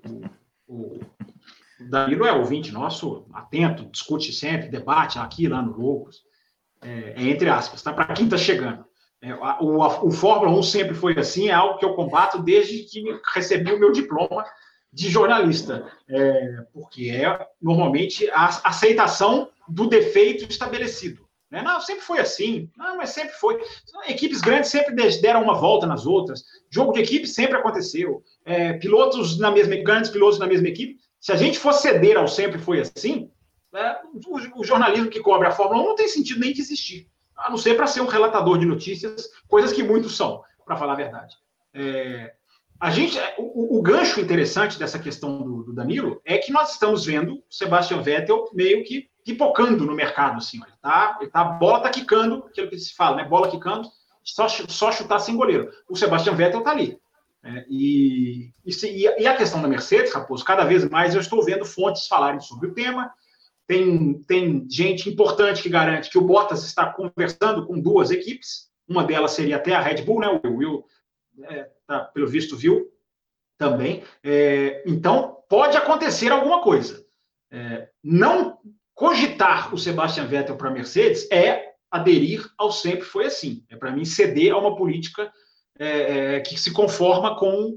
Danilo é ouvinte nosso, atento, discute sempre, debate aqui, lá no Loucos. Entre aspas, tá? Para quem está chegando. O Fórmula 1 sempre foi assim, é algo que eu combato desde que recebi o meu diploma de jornalista, porque normalmente a aceitação do defeito estabelecido. Né? Não, sempre foi assim, não, mas sempre foi. Equipes grandes sempre deram uma volta nas outras, jogo de equipe sempre aconteceu, grandes pilotos na mesma equipe. Se a gente for ceder ao sempre foi assim, o jornalismo que cobre a Fórmula 1 não tem sentido nem de existir, a não ser para ser um relatador de notícias, coisas que muitos são, para falar a verdade. O gancho interessante dessa questão do Danilo é que nós estamos vendo o Sebastian Vettel meio que pipocando no mercado. Assim, a bola está quicando, aquilo que se fala, né? Bola quicando, só chutar sem goleiro. O Sebastian Vettel está ali. E a questão da Mercedes, Raposo, cada vez mais eu estou vendo fontes falarem sobre o tema. Tem gente importante que garante que o Bottas está conversando com duas equipes. Uma delas seria até a Red Bull, né? O Will, pelo visto, viu também. Então, pode acontecer alguma coisa. Não cogitar o Sebastian Vettel para a Mercedes é aderir ao sempre foi assim. Para mim, ceder a uma política que se conforma com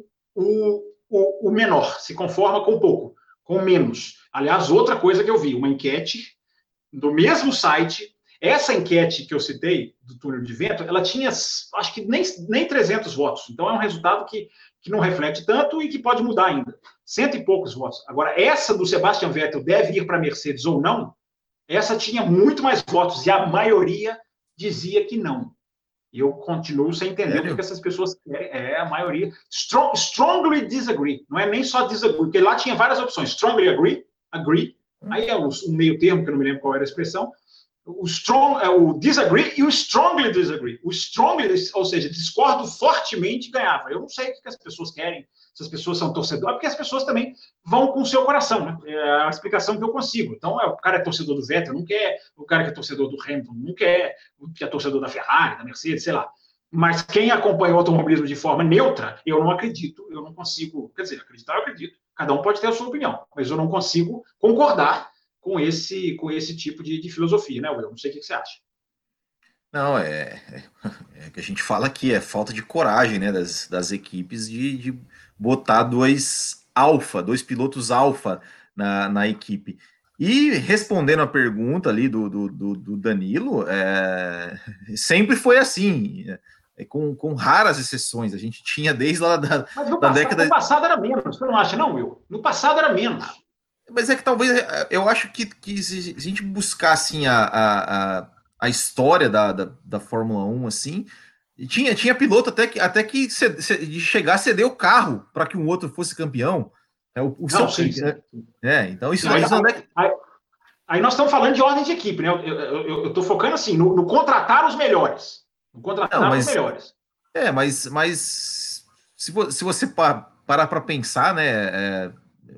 o menor, se conforma com pouco, com menos. Aliás, outra coisa que eu vi, uma enquete do mesmo site, essa enquete que eu citei, do túnel de vento, ela tinha, acho que nem 300 votos. Então, é um resultado que não reflete tanto e que pode mudar ainda. 100 e poucos votos. Agora, essa do Sebastian Vettel deve ir para a Mercedes ou não, essa tinha muito mais votos e a maioria dizia que não. E eu continuo sem entender o que essas pessoas querem. A maioria. Strongly disagree. Não é nem só disagree, porque lá tinha várias opções. Strongly agree. Aí é um meio termo, que eu não me lembro qual era a expressão. O disagree e o strongly disagree. O strongly, ou seja, discordo fortemente, ganhava. Eu não sei o que as pessoas querem, se as pessoas são torcedoras, porque as pessoas também vão com o seu coração, né? É a explicação que eu consigo. Então, o cara é torcedor do Vettel, não quer. O cara que é torcedor do Hamilton, não quer. O que é torcedor da Ferrari, da Mercedes, sei lá. Mas quem acompanha o automobilismo de forma neutra, eu não acredito, eu não consigo. Quer dizer, acreditar eu acredito. Cada um pode ter a sua opinião, mas eu não consigo concordar com esse tipo de filosofia, né, Will? Não sei o que você acha. Não, é que a gente fala aqui, é falta de coragem, né, das equipes de botar dois pilotos alfa na equipe. E respondendo a pergunta ali do Danilo, sempre foi assim, com raras exceções. A gente tinha desde lá da década... No passado era menos, você não acha não, Will? No passado era menos. Mas é que talvez, eu acho que se a gente buscar assim, a história da Fórmula 1, assim, tinha piloto até que chegar a ceder o carro para que um outro fosse campeão. Sim. Então isso aí nós estamos falando de ordem de equipe, né? Eu estou focando assim, no contratar os melhores. No contratar os melhores. Mas se você parar para pensar, né?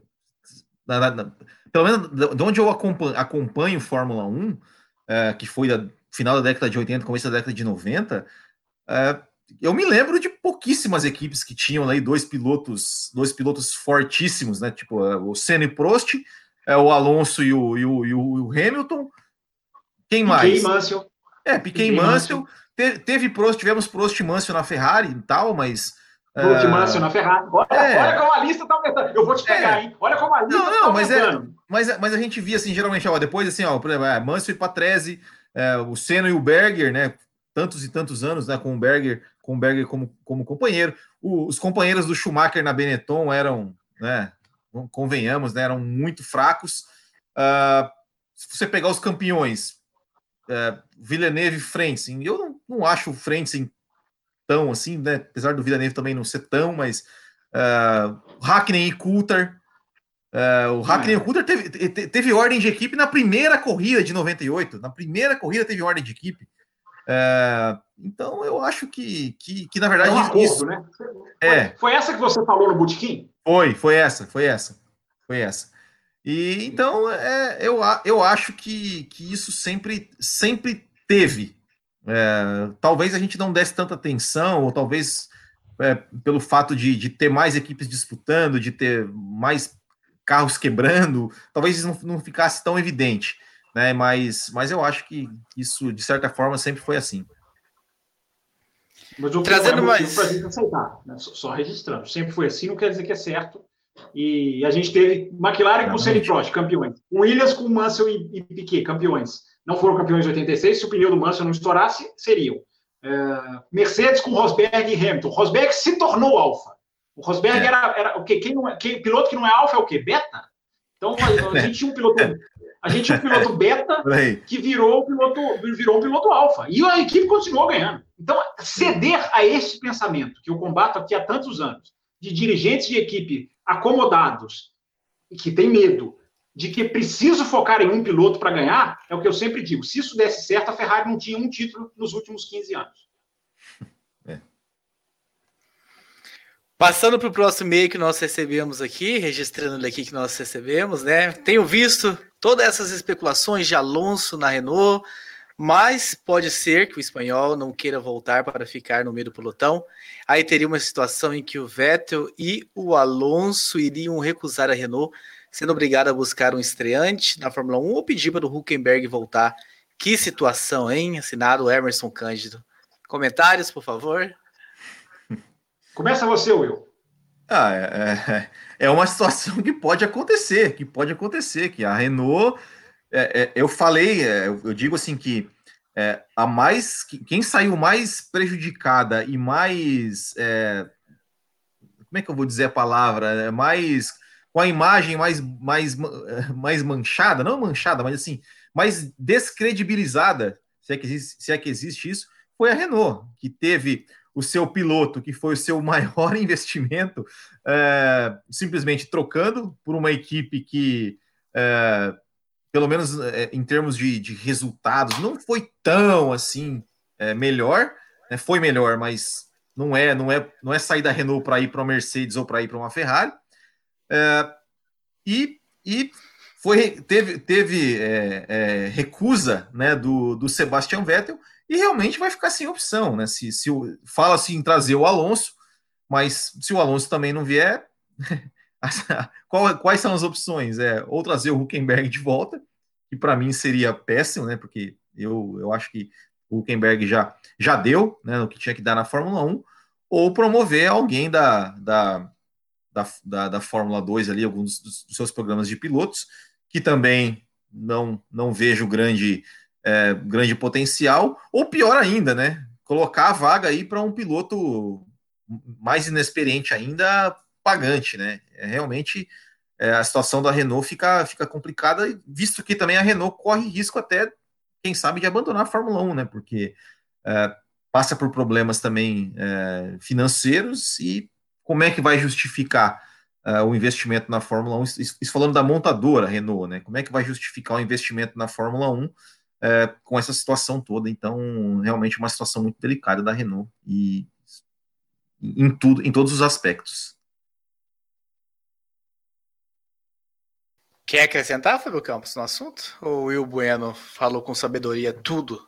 Pelo menos de onde eu acompanho Fórmula 1, que foi da final da década de 80, começo da década de 90, eu me lembro de pouquíssimas equipes que tinham aí dois pilotos fortíssimos, né? Tipo, o Senna e Prost, o Alonso e o Hamilton. Quem mais? Piquet e Mansell. Tivemos Prost e Mansell na Ferrari e tal, mas... Prost e Mansell na Ferrari. Olha como a lista está aumentando. Eu vou te pegar, hein? Olha como a lista está aumentando. Mas a gente via, assim, geralmente, depois, assim, por exemplo, Mansell e Patrese, o Senna e o Berger, né? Tantos e tantos anos, né? Com o Berger como companheiro. Os companheiros do Schumacher na Benetton eram, né? Convenhamos, né? Eram muito fracos. Se você pegar os campeões, Villeneuve e Frentzen, eu não acho o Frentzen tão assim, né? Apesar do Villeneuve também não ser tão, mas Hakkinen e Coulthard. O Hakkinen e o Coulthard teve ordem de equipe na primeira corrida de 98. Na primeira corrida teve ordem de equipe. Então eu acho que na verdade acordo, né? Foi essa que você falou no Botequim? Foi essa. E então eu acho que isso sempre teve. Talvez a gente não desse tanta atenção, ou talvez pelo fato de ter mais equipes disputando, de ter mais carros quebrando, talvez isso não ficasse tão evidente, né? Mas eu acho que isso, de certa forma, sempre foi assim. Mas o que Trazendo não é motivo para a mais. gente aceitar, né? Só registrando. Sempre foi assim, não quer dizer que é certo. E a gente teve McLaren com Senna e Prost, campeões. Williams com Mansell e Piquet, campeões. Não foram campeões em 86, se o pneu do Mansell não estourasse, seriam. Mercedes com Rosberg e Hamilton. Rosberg se tornou Alfa. O Rosberg era o quê? Piloto que não é Alfa é o quê? Beta? Então a gente tinha um piloto beta que virou um piloto Alfa. E a equipe continuou ganhando. Então, ceder a este pensamento que eu combato aqui há tantos anos, de dirigentes de equipe acomodados e que têm medo de que preciso focar em um piloto para ganhar, é o que eu sempre digo. Se isso desse certo, a Ferrari não tinha um título nos últimos 15 anos. Passando para o próximo e-mail que nós recebemos aqui, registrando aqui que nós recebemos, né? Tenho visto todas essas especulações de Alonso na Renault, mas pode ser que o espanhol não queira voltar para ficar no meio do pelotão. Aí teria uma situação em que o Vettel e o Alonso iriam recusar a Renault, sendo obrigado a buscar um estreante na Fórmula 1 ou pedir para o Hülkenberg voltar. Que situação, hein? Assinado Emerson Cândido. Comentários, por favor. Começa você, Will. É uma situação que pode acontecer, que a Renault, eu falei, eu digo assim que quem saiu mais prejudicada e mais, como é que eu vou dizer a palavra, mais com a imagem mais manchada, não manchada, mas assim, mais descredibilizada, se é que existe isso, foi a Renault, que teve o seu piloto, que foi o seu maior investimento, simplesmente trocando por uma equipe que, pelo menos em termos de resultados, não foi tão assim melhor, né? Foi melhor, mas não é sair da Renault para ir para uma Mercedes ou para ir para uma Ferrari. E teve recusa, né, do Sebastian Vettel, e realmente vai ficar sem opção, né? Se fala-se em trazer o Alonso, mas se o Alonso também não vier, quais são as opções? Ou trazer o Hülkenberg de volta, que para mim seria péssimo, né? Porque eu acho que o Hülkenberg já deu, né, no que tinha que dar na Fórmula 1, ou promover alguém da Fórmula 2 ali, alguns dos seus programas de pilotos, que também não vejo grande potencial, ou pior ainda, né? Colocar a vaga aí para um piloto mais inexperiente ainda, pagante, né? Realmente a situação da Renault fica complicada, visto que também a Renault corre risco até, quem sabe, de abandonar a Fórmula 1, né? Porque passa por problemas também financeiros, e como é que vai justificar o investimento na Fórmula 1? Isso falando da montadora Renault, né? Como é que vai justificar o investimento na Fórmula 1 com essa situação toda? Então, realmente uma situação muito delicada da Renault, e em todos os aspectos. Quer acrescentar, Fábio Campos, no assunto? Ou o Will Bueno falou com sabedoria tudo?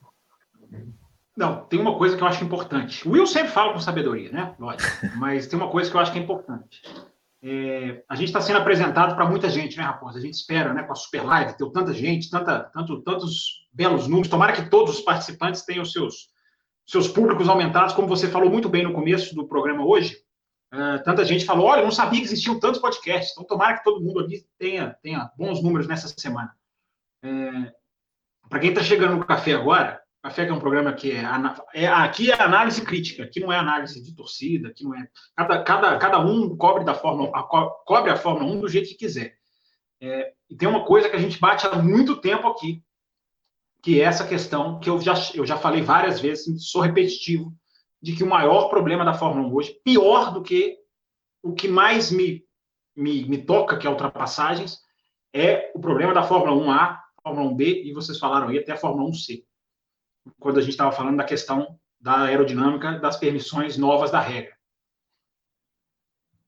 Não, tem uma coisa que eu acho importante. O Will sempre fala com sabedoria, né? Lógico. Mas tem uma coisa que eu acho que é importante. A gente está sendo apresentado para muita gente, né, Raposa? A gente espera, né, com a Super Live, ter tanta gente, tantos belos números. Tomara que todos os participantes tenham seus públicos aumentados, como você falou muito bem no começo do programa hoje. Tanta gente falou, olha, eu não sabia que existiam tantos podcasts. Então, tomara que todo mundo ali tenha bons números nessa semana. Para quem está chegando no café agora, o Café que é um programa que aqui é análise crítica, aqui não é análise de torcida, aqui não é. Cada um cobre a Fórmula 1 do jeito que quiser. E tem uma coisa que a gente bate há muito tempo aqui, que é essa questão que eu já falei várias vezes, sou repetitivo, de que o maior problema da Fórmula 1 hoje, pior do que o que mais me toca, que é ultrapassagens, é o problema da Fórmula 1A, Fórmula 1B, e vocês falaram aí até a Fórmula 1C, quando a gente estava falando da questão da aerodinâmica, das permissões novas da regra.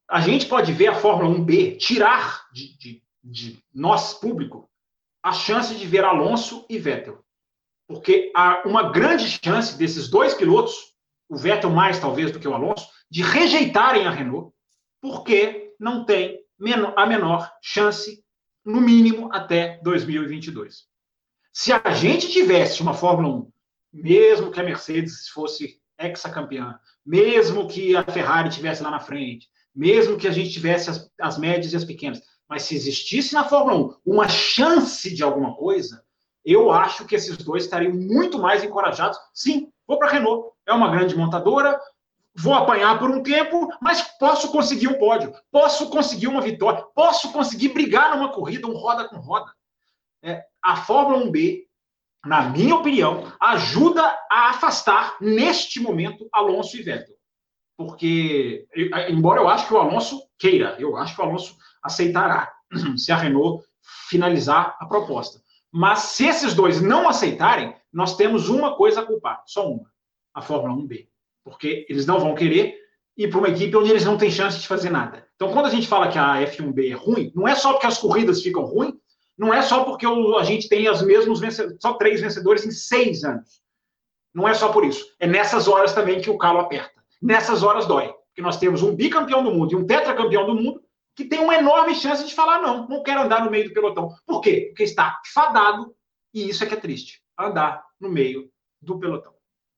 a gente pode ver a Fórmula 1B tirar de nós, público, a chance de ver Alonso e Vettel. Porque há uma grande chance desses dois pilotos, o Vettel mais talvez do que o Alonso, de rejeitarem a Renault, porque não tem a menor chance, no mínimo, até 2022. Se a gente tivesse uma Fórmula 1, mesmo que a Mercedes fosse hexacampeã, mesmo que a Ferrari estivesse lá na frente, mesmo que a gente tivesse as médias e as pequenas, mas se existisse na Fórmula 1 uma chance de alguma coisa, eu acho que esses dois estariam muito mais encorajados. Sim, vou para a Renault, é uma grande montadora, vou apanhar por um tempo, mas posso conseguir um pódio, posso conseguir uma vitória, posso conseguir brigar numa corrida, um roda com roda. A Fórmula 1B, na minha opinião, ajuda a afastar, neste momento, Alonso e Vettel. Porque, embora eu acho que o Alonso queira, eu acho que o Alonso aceitará se a Renault finalizar a proposta. Mas se esses dois não aceitarem, nós temos uma coisa a culpar, só uma, a Fórmula 1B. Porque eles não vão querer ir para uma equipe onde eles não têm chance de fazer nada. Então, quando a gente fala que a F1B é ruim, não é só porque as corridas ficam ruins, não é só porque a gente tem os mesmos só 3 vencedores em 6 anos. Não é só por isso. É nessas horas também que o calo aperta. Nessas horas dói. Porque nós temos um bicampeão do mundo e um tetracampeão do mundo que tem uma enorme chance de falar não quero andar no meio do pelotão. Por quê? Porque está fadado, e isso é que é triste, andar no meio do pelotão.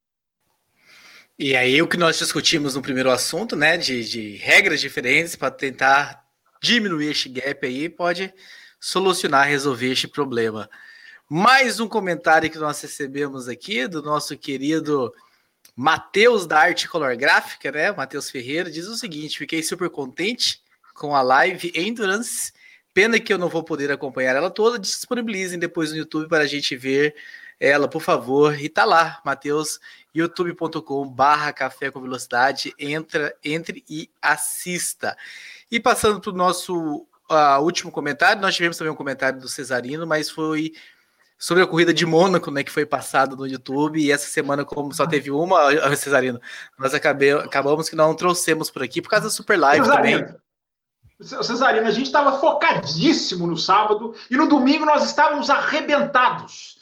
E aí o que nós discutimos no primeiro assunto, né, de regras diferentes para tentar diminuir este gap aí, pode solucionar, resolver este problema. Mais um comentário que nós recebemos aqui do nosso querido Matheus da Arte Color Gráfica, né? Matheus Ferreira diz o seguinte: fiquei super contente com a live Endurance, pena que eu não vou poder acompanhar ela toda, disponibilizem depois no YouTube para a gente ver ela, por favor. E tá lá, Matheus, youtube.com/café com velocidade, entre e assista. E passando para o nosso último comentário, nós tivemos também um comentário do Cesarino, mas foi sobre a corrida de Mônaco, né, que foi passada no YouTube, e essa semana, como só teve uma, Cesarino, nós acabamos que não trouxemos por aqui, por causa da Super Live também. Cesarino, a gente estava focadíssimo no sábado, e no domingo nós estávamos arrebentados.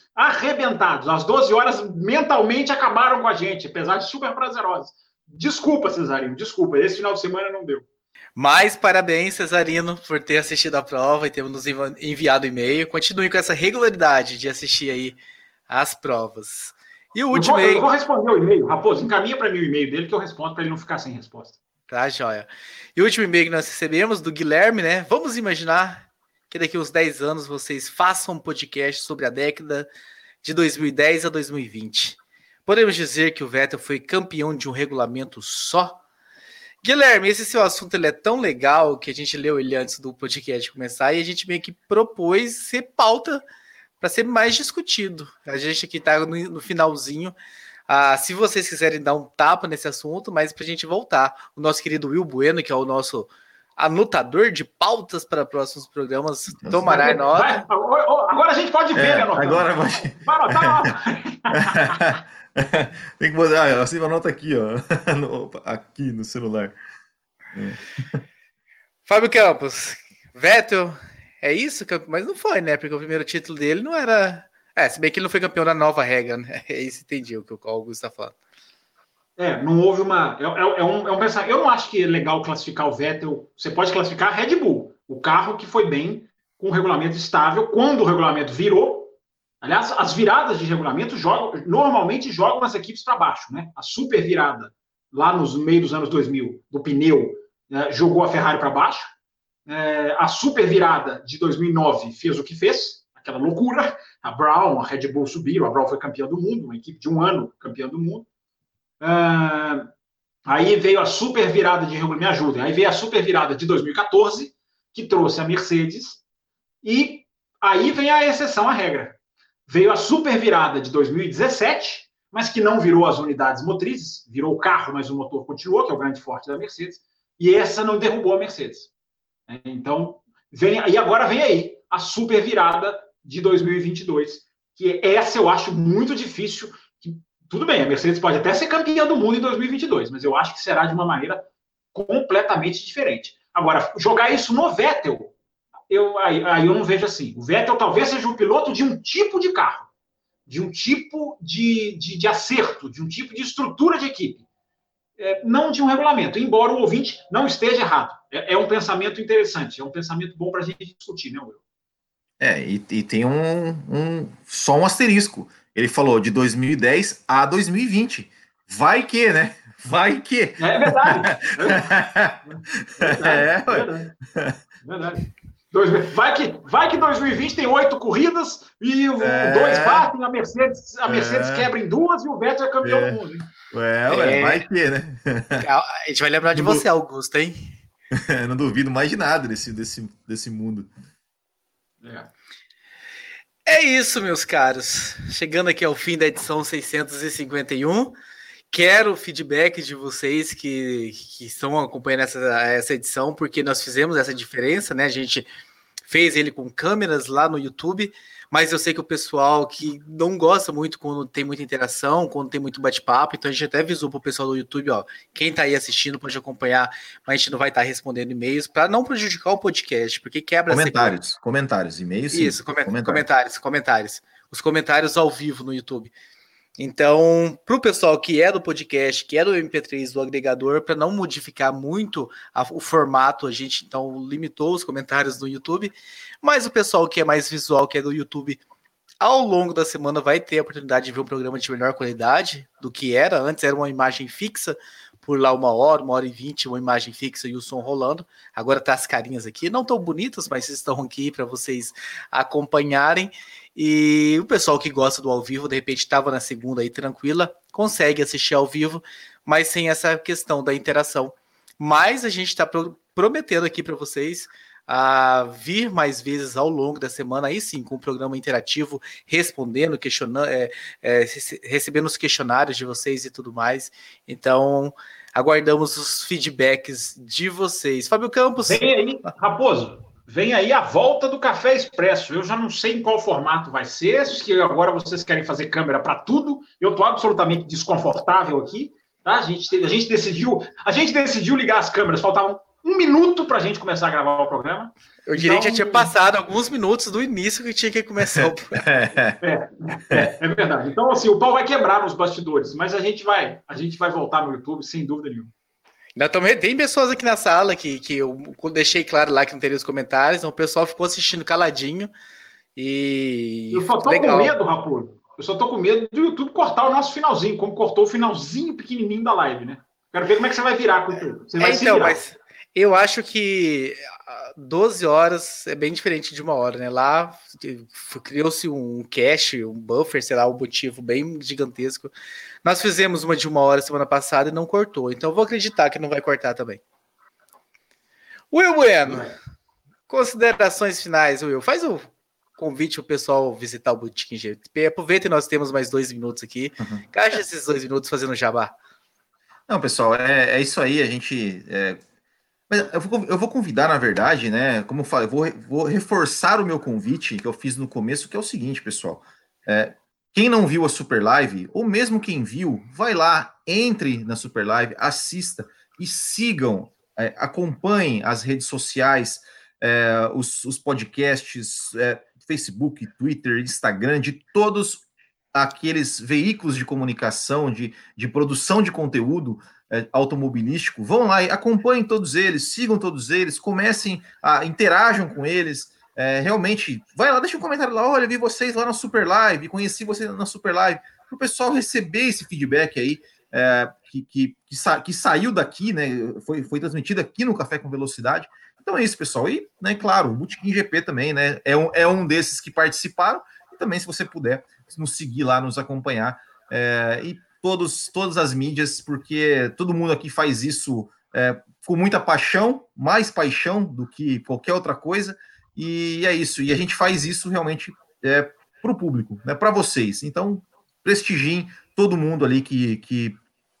Às 12 horas, mentalmente acabaram com a gente, apesar de super prazerosas. Desculpa, Cesarino, desculpa, esse final de semana não deu. Mas parabéns, Cesarino, por ter assistido a prova e ter nos enviado e-mail. Continue com essa regularidade de assistir aí as provas. E o último e-mail... Eu vou responder o e-mail. Raposo, encaminha para mim o e-mail dele que eu respondo para ele não ficar sem resposta. Tá, joia. E o último e-mail que nós recebemos do Guilherme, né? Vamos imaginar que daqui a uns 10 anos vocês façam um podcast sobre a década de 2010 a 2020. Podemos dizer que o Vettel foi campeão de um regulamento só? Guilherme, esse seu assunto ele é tão legal que a gente leu ele antes do podcast começar e a gente meio que propôs ser pauta para ser mais discutido. A gente aqui está no finalzinho. Se vocês quiserem dar um tapa nesse assunto, mas para a gente voltar, o nosso querido Will Bueno, que é o nosso anotador de pautas para próximos programas, tomará nota. Agora a gente pode ver, né? Agora pode. Vai anotar. Tem que botar, assim, uma nota aqui, ó. Aqui no celular. Fábio Campos, Vettel, é isso? Mas não foi, né? Porque o primeiro título dele não era. Se bem que ele não foi campeão da nova regra, né? É isso, entendi o que o Augusto está falando. Não houve uma. É um pensamento. Eu não acho que é legal classificar o Vettel. Você pode classificar a Red Bull, o carro que foi bem com o regulamento estável. Quando o regulamento virou. Aliás, as viradas de regulamento normalmente jogam as equipes para baixo, né? A super virada, lá nos meio dos anos 2000, do pneu, jogou a Ferrari para baixo. A super virada de 2009 fez o que fez, aquela loucura. A Brown, a Red Bull subiram, a Brown foi campeã do mundo, uma equipe de um ano campeã do mundo. Aí veio a super virada de regulamento, me ajudem, aí veio a super virada de 2014, que trouxe a Mercedes, e aí vem a exceção à regra. Veio a super virada de 2017, mas que não virou as unidades motrizes, virou o carro, mas o motor continuou, que é o grande forte da Mercedes, e essa não derrubou a Mercedes. Então, agora vem aí a super virada de 2022, que essa eu acho muito difícil. Tudo bem, a Mercedes pode até ser campeã do mundo em 2022, mas eu acho que será de uma maneira completamente diferente. Agora, jogar isso no Vettel, aí eu não vejo assim. O Vettel talvez seja um piloto de um tipo de carro, de um tipo de acerto, de um tipo de estrutura de equipe, não de um regulamento, embora o ouvinte não esteja errado. É um pensamento interessante, é um pensamento bom para a gente discutir, né, Will? E tem só um asterisco. Ele falou de 2010 a 2020. Vai que, né? Vai que. É verdade. Verdade. Vai que 2020 tem 8 corridas e dois batem, a Mercedes quebra em 2 e o Vettel é campeão do mundo. Hein? Vai que, né? A gente vai lembrar de você, Augusto, hein? Não duvido mais de nada desse mundo. É isso, meus caros. Chegando aqui ao fim da edição 651. Quero o feedback de vocês que estão acompanhando essa edição, porque nós fizemos essa diferença, né? A gente fez ele com câmeras lá no YouTube, mas eu sei que o pessoal que não gosta muito quando tem muita interação, quando tem muito bate-papo, então a gente até avisou para o pessoal do YouTube, ó, quem está aí assistindo pode acompanhar, mas a gente não vai estar respondendo e-mails para não prejudicar o podcast, porque quebra... Comentários, e-mails. Isso, comentários. Os comentários ao vivo no YouTube. Então, para o pessoal que é do podcast, que é do MP3, do agregador, para não modificar muito o formato, a gente então limitou os comentários no YouTube, mas o pessoal que é mais visual, que é do YouTube, ao longo da semana vai ter a oportunidade de ver um programa de melhor qualidade do que era. Antes era uma imagem fixa, por lá 1h20, uma imagem fixa e o som rolando. Agora tá as carinhas aqui, não tão bonitas, mas estão aqui para vocês acompanharem. E o pessoal que gosta do ao vivo, de repente estava na segunda aí tranquila, consegue assistir ao vivo, mas sem essa questão da interação. Mas a gente está prometendo aqui para vocês a vir mais vezes ao longo da semana, aí sim, com o programa interativo, respondendo, questionando, recebendo os questionários de vocês e tudo mais. Então, aguardamos os feedbacks de vocês. Fábio Campos. Vem aí, Raposo. Vem aí a volta do Café Expresso. Eu já não sei em qual formato vai ser, se agora vocês querem fazer câmera para tudo. Eu estou absolutamente desconfortável aqui. Tá? A gente decidiu ligar as câmeras, faltava 1 minuto para a gente começar a gravar o programa. Eu diria que já tinha passado alguns minutos do início que tinha que começar o programa. É verdade. Então, assim, o pau vai quebrar nos bastidores, mas a gente vai voltar no YouTube, sem dúvida nenhuma. Tem pessoas aqui na sala que eu deixei claro lá que não teria os comentários, então o pessoal ficou assistindo caladinho e... Eu só tô com medo, Raposo. Eu só tô com medo do YouTube cortar o nosso finalzinho, como cortou o finalzinho pequenininho da live, né? Quero ver como é que você vai virar com tudo. Você vai se virar. Mas eu acho que 12 horas é bem diferente de 1 hora, né? Lá criou-se um cache, um buffer, sei lá, um motivo bem gigantesco. Nós fizemos uma de 1 hora semana passada e não cortou, então eu vou acreditar que não vai cortar também. Will Bueno, considerações finais, Will. Faz o convite ao pessoal visitar o Botequim GP. Aproveita e nós temos mais 2 minutos aqui. Caixa esses 2 minutos fazendo jabá. Não, pessoal, é isso aí. A gente... Mas eu vou convidar, na verdade, né? Como eu falei, vou reforçar o meu convite que eu fiz no começo, que é o seguinte, pessoal. Quem não viu a Super Live, ou mesmo quem viu, vai lá, entre na Super Live, assista e sigam, acompanhem as redes sociais, os podcasts, Facebook, Twitter, Instagram, de todos aqueles veículos de comunicação, de produção de conteúdo automobilístico. Vão lá e acompanhem todos eles, sigam todos eles, interajam com eles. Realmente, vai lá, deixa um comentário lá, olha, vi vocês lá na Super Live, conheci vocês na Super Live, para o pessoal receber esse feedback aí, que saiu daqui, né, foi transmitido aqui no Café com Velocidade. Então é isso, pessoal. E, né, claro, o Botequim GP também, né, é um desses que participaram, e também, se você puder, nos seguir lá, nos acompanhar, e todas as mídias, porque todo mundo aqui faz isso com muita paixão, mais paixão do que qualquer outra coisa. E é isso, e a gente faz isso realmente para o público, né, para vocês. Então, prestigiem todo mundo ali que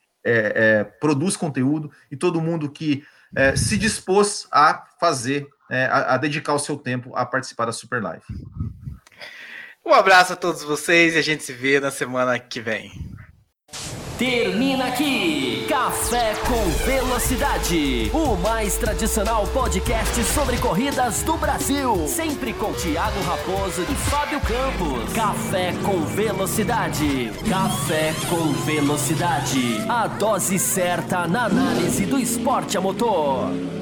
produz conteúdo e todo mundo que se dispôs a fazer, a dedicar o seu tempo a participar da Super Live. Um abraço a todos vocês e a gente se vê na semana que vem. Termina aqui Café com Velocidade, o mais tradicional podcast sobre corridas do Brasil, sempre com Thiago Raposo e Fábio Campos. Café com Velocidade. Café com Velocidade, a dose certa na análise do esporte a motor.